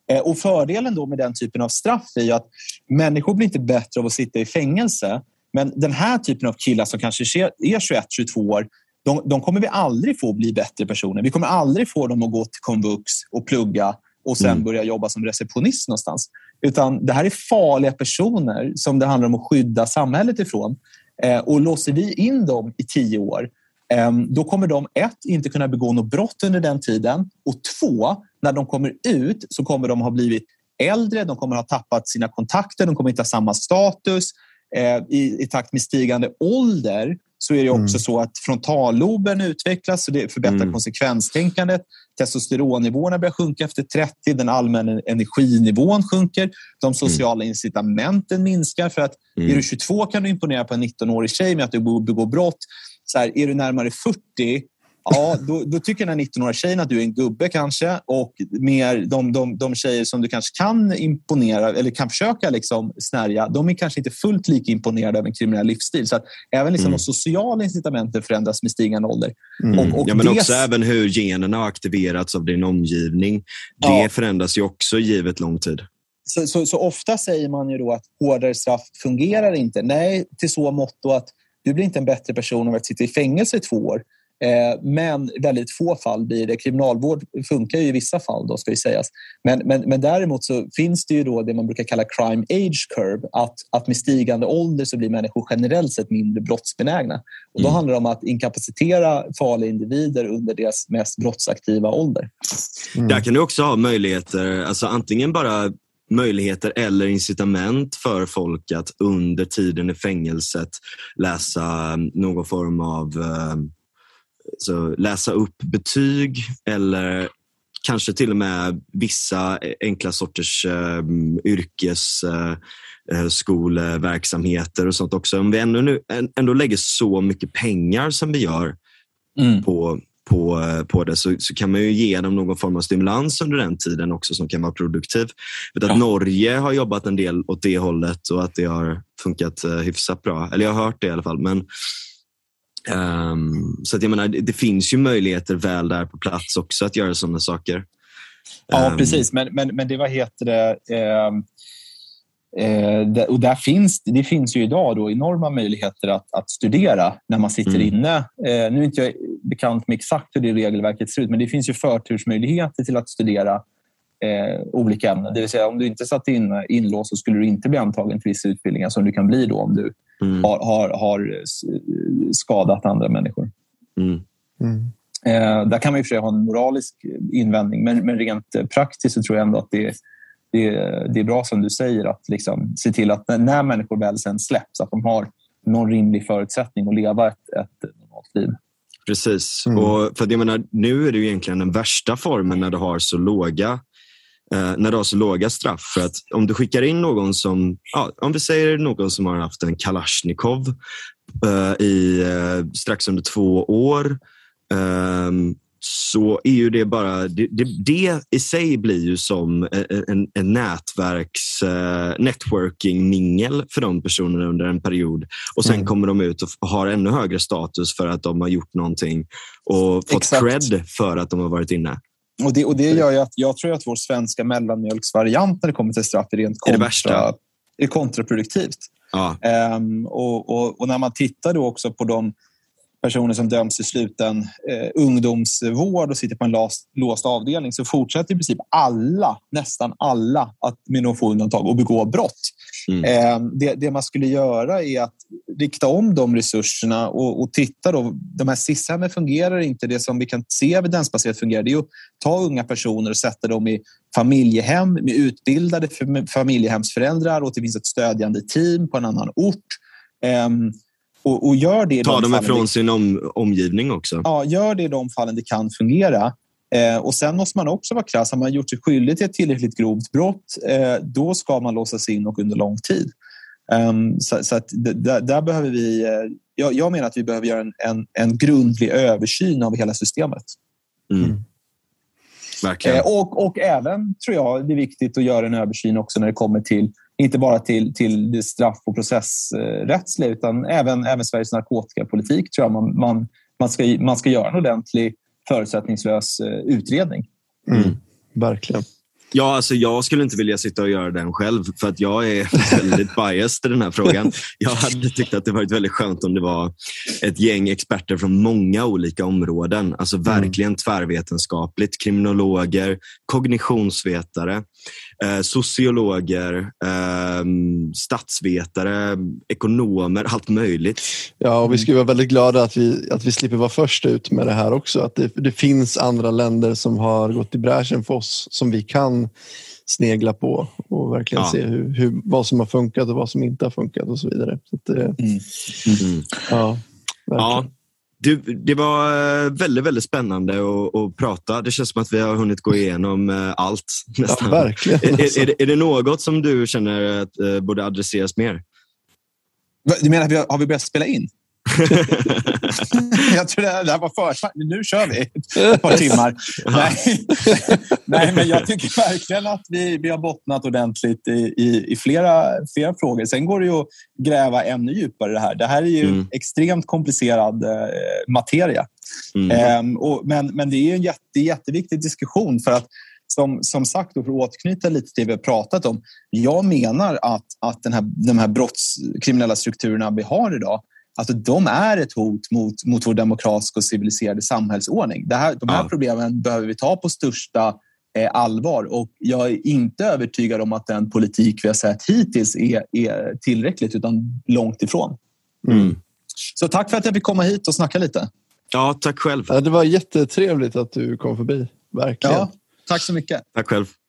Speaker 2: Och fördelen då med den typen av straff är ju att människor blir inte bättre av att sitta i fängelse. Men den här typen av killar som kanske är 21-22 år, de kommer vi aldrig få bli bättre personer. Vi kommer aldrig få dem att gå till komvux och plugga och sen börja jobba som receptionist någonstans. Utan det här är farliga personer som det handlar om att skydda samhället ifrån. Och låser vi in dem i 10 år, då kommer de inte kunna begå något brott under den tiden. Och 2, när de kommer ut så kommer de ha blivit äldre, de kommer ha tappat sina kontakter, de kommer inte ha samma status. I takt med stigande ålder så är det också så att frontalloben utvecklas och det förbättrar konsekvenstänkandet. Testosteronnivåerna börjar sjunka efter 30, den allmänna energinivån sjunker, de sociala incitamenten minskar för att är du 22 kan du imponera på en 19-årig tjej med att du begår brott. Så här, är du närmare 40, ja, då tycker den här 19-åriga tjejen att du är en gubbe kanske, och mer de tjejer som du kanske kan imponera eller kan försöka liksom snärja, de är kanske inte fullt lika imponerade av en kriminell livsstil. Så att även liksom de sociala incitamenten förändras med stigande ålder. Och
Speaker 1: men också även hur generna har aktiverats av din omgivning. Det förändras ju också givet lång tid.
Speaker 2: Så ofta säger man ju då att hårdare straff fungerar inte. Nej, till så motto att du blir inte en bättre person av att sitta i fängelse i 2 år. Men väldigt få fall blir det. Kriminalvård funkar ju i vissa fall då, ska ju sägas. Men däremot så finns det ju då det man brukar kalla crime age curve. Att med stigande ålder så blir människor generellt sett mindre brottsbenägna. Och då handlar det om att inkapacitera farliga individer under deras mest brottsaktiva ålder.
Speaker 1: Där kan du också ha möjligheter, alltså antingen bara möjligheter eller incitament för folk att under tiden i fängelset läsa någon form av så läsa upp betyg eller kanske till och med vissa enkla sorters yrkesskoleverksamheter och sånt också. Om vi ändå lägger så mycket pengar som vi gör på det så kan man ju ge dem någon form av stimulans under den tiden också som kan vara produktiv. Vet att Norge har jobbat en del åt det hållet och att det har funkat hyfsat bra. Eller jag har hört det i alla fall. Men så att jag menar, det finns ju möjligheter väl där på plats också att göra sådana saker.
Speaker 2: Ja, precis. Men det, vad heter det? Och det finns ju idag då enorma möjligheter att studera när man sitter inne. Nu är inte jag bekant med exakt hur det regelverket ser ut, men det finns ju förtursmöjligheter till att studera olika ämnen. Det vill säga, om du inte satt inlås så skulle du inte bli antagen till vissa utbildningar som du kan bli då om du har skadat andra människor. Där kan man ju för sig ha en moralisk invändning, men rent praktiskt så tror jag ändå att det är bra som du säger att liksom se till att när människor väl sen släpps att de har någon rimlig förutsättning att leva ett normalt liv.
Speaker 1: Precis. Och för att jag menar, nu är det ju egentligen den värsta formen när du har så låga straff. För att om du skickar in någon som, om vi säger någon som har haft en Kalashnikov i strax under 2 år, så är ju det bara det i sig blir ju som en networking-mingel för de personerna under en period, och sen kommer de ut och har ännu högre status för att de har gjort någonting och fått cred för att de har varit inne.
Speaker 2: Och det gör ju att jag tror att vår svenska mellanmjölksvariant när det kommer till straff är kontraproduktivt.
Speaker 1: Ja.
Speaker 2: Och när man tittar då också på de personer som döms i sluten ungdomsvård och sitter på en låst avdelning, så fortsätter i princip nästan alla att med någon få undantag och begå brott. Det man skulle göra är att rikta om de resurserna och titta då, de här SIS-hemmen fungerar inte. Det som vi kan se evidensbaserat fungerar, det är att ta unga personer och sätta dem i familjehem med utbildade familjehemsföräldrar, och det finns ett stödjande team på en annan ort. Och gör det
Speaker 1: ta dem ifrån sin omgivning också.
Speaker 2: Ja, gör det i de fallen det kan fungera. Och sen måste man också vara krass. Har man gjort sig skyldig till ett tillräckligt grovt brott, då ska man låsas in och under lång tid. Så att där behöver vi... Jag menar att vi behöver göra en grundlig översyn av hela systemet.
Speaker 1: Verkligen.
Speaker 2: Och även, tror jag, det är viktigt att göra en översyn också när det kommer till inte bara till det straff- och processrättsliga, utan även Sveriges narkotikapolitik, tror jag man ska göra en ordentlig förutsättningslös utredning.
Speaker 3: Verkligen.
Speaker 1: Ja, alltså jag skulle inte vilja sitta och göra den själv för att jag är väldigt biased i den här frågan. Jag hade tyckt att det varit väldigt skönt om det var ett gäng experter från många olika områden. Alltså verkligen tvärvetenskapligt. Kriminologer, kognitionsvetare, sociologer, statsvetare, ekonomer, allt möjligt.
Speaker 3: Ja, och vi ska vara väldigt glada att vi slipper vara först ut med det här också. Att det finns andra länder som har gått i bräschen för oss som vi kan snegla på och verkligen se vad som har funkat och vad som inte har funkat och så vidare. Så att,
Speaker 1: ja, det var väldigt, väldigt spännande att prata. Det känns som att vi har hunnit gå igenom allt nästan.
Speaker 3: Ja, verkligen.
Speaker 1: Är det något som du känner att borde adresseras mer?
Speaker 2: Du menar att har vi börjat spela in? Jag tror det här var för. Nu kör vi ett par timmar. Nej, men jag tycker verkligen att vi har bottnat ordentligt i flera frågor. Sen går det ju att gräva ännu djupare i det här. Det här är ju extremt komplicerad materia. Men det är en jätteviktig diskussion för att som sagt, och för att återknyta lite till det vi har pratat om. Jag menar att de här brottskriminella strukturerna vi har idag, alltså de är ett hot mot vår demokratiska och civiliserade samhällsordning. De här problemen behöver vi ta på största allvar och jag är inte övertygad om att den politik vi har sett hittills är tillräckligt utan långt ifrån. Så tack för att jag fick komma hit och snacka lite.
Speaker 1: Ja, tack själv.
Speaker 3: Ja, det var jättetrevligt att du kom förbi. Verkligen.
Speaker 2: Ja, tack så mycket.
Speaker 1: Tack själv.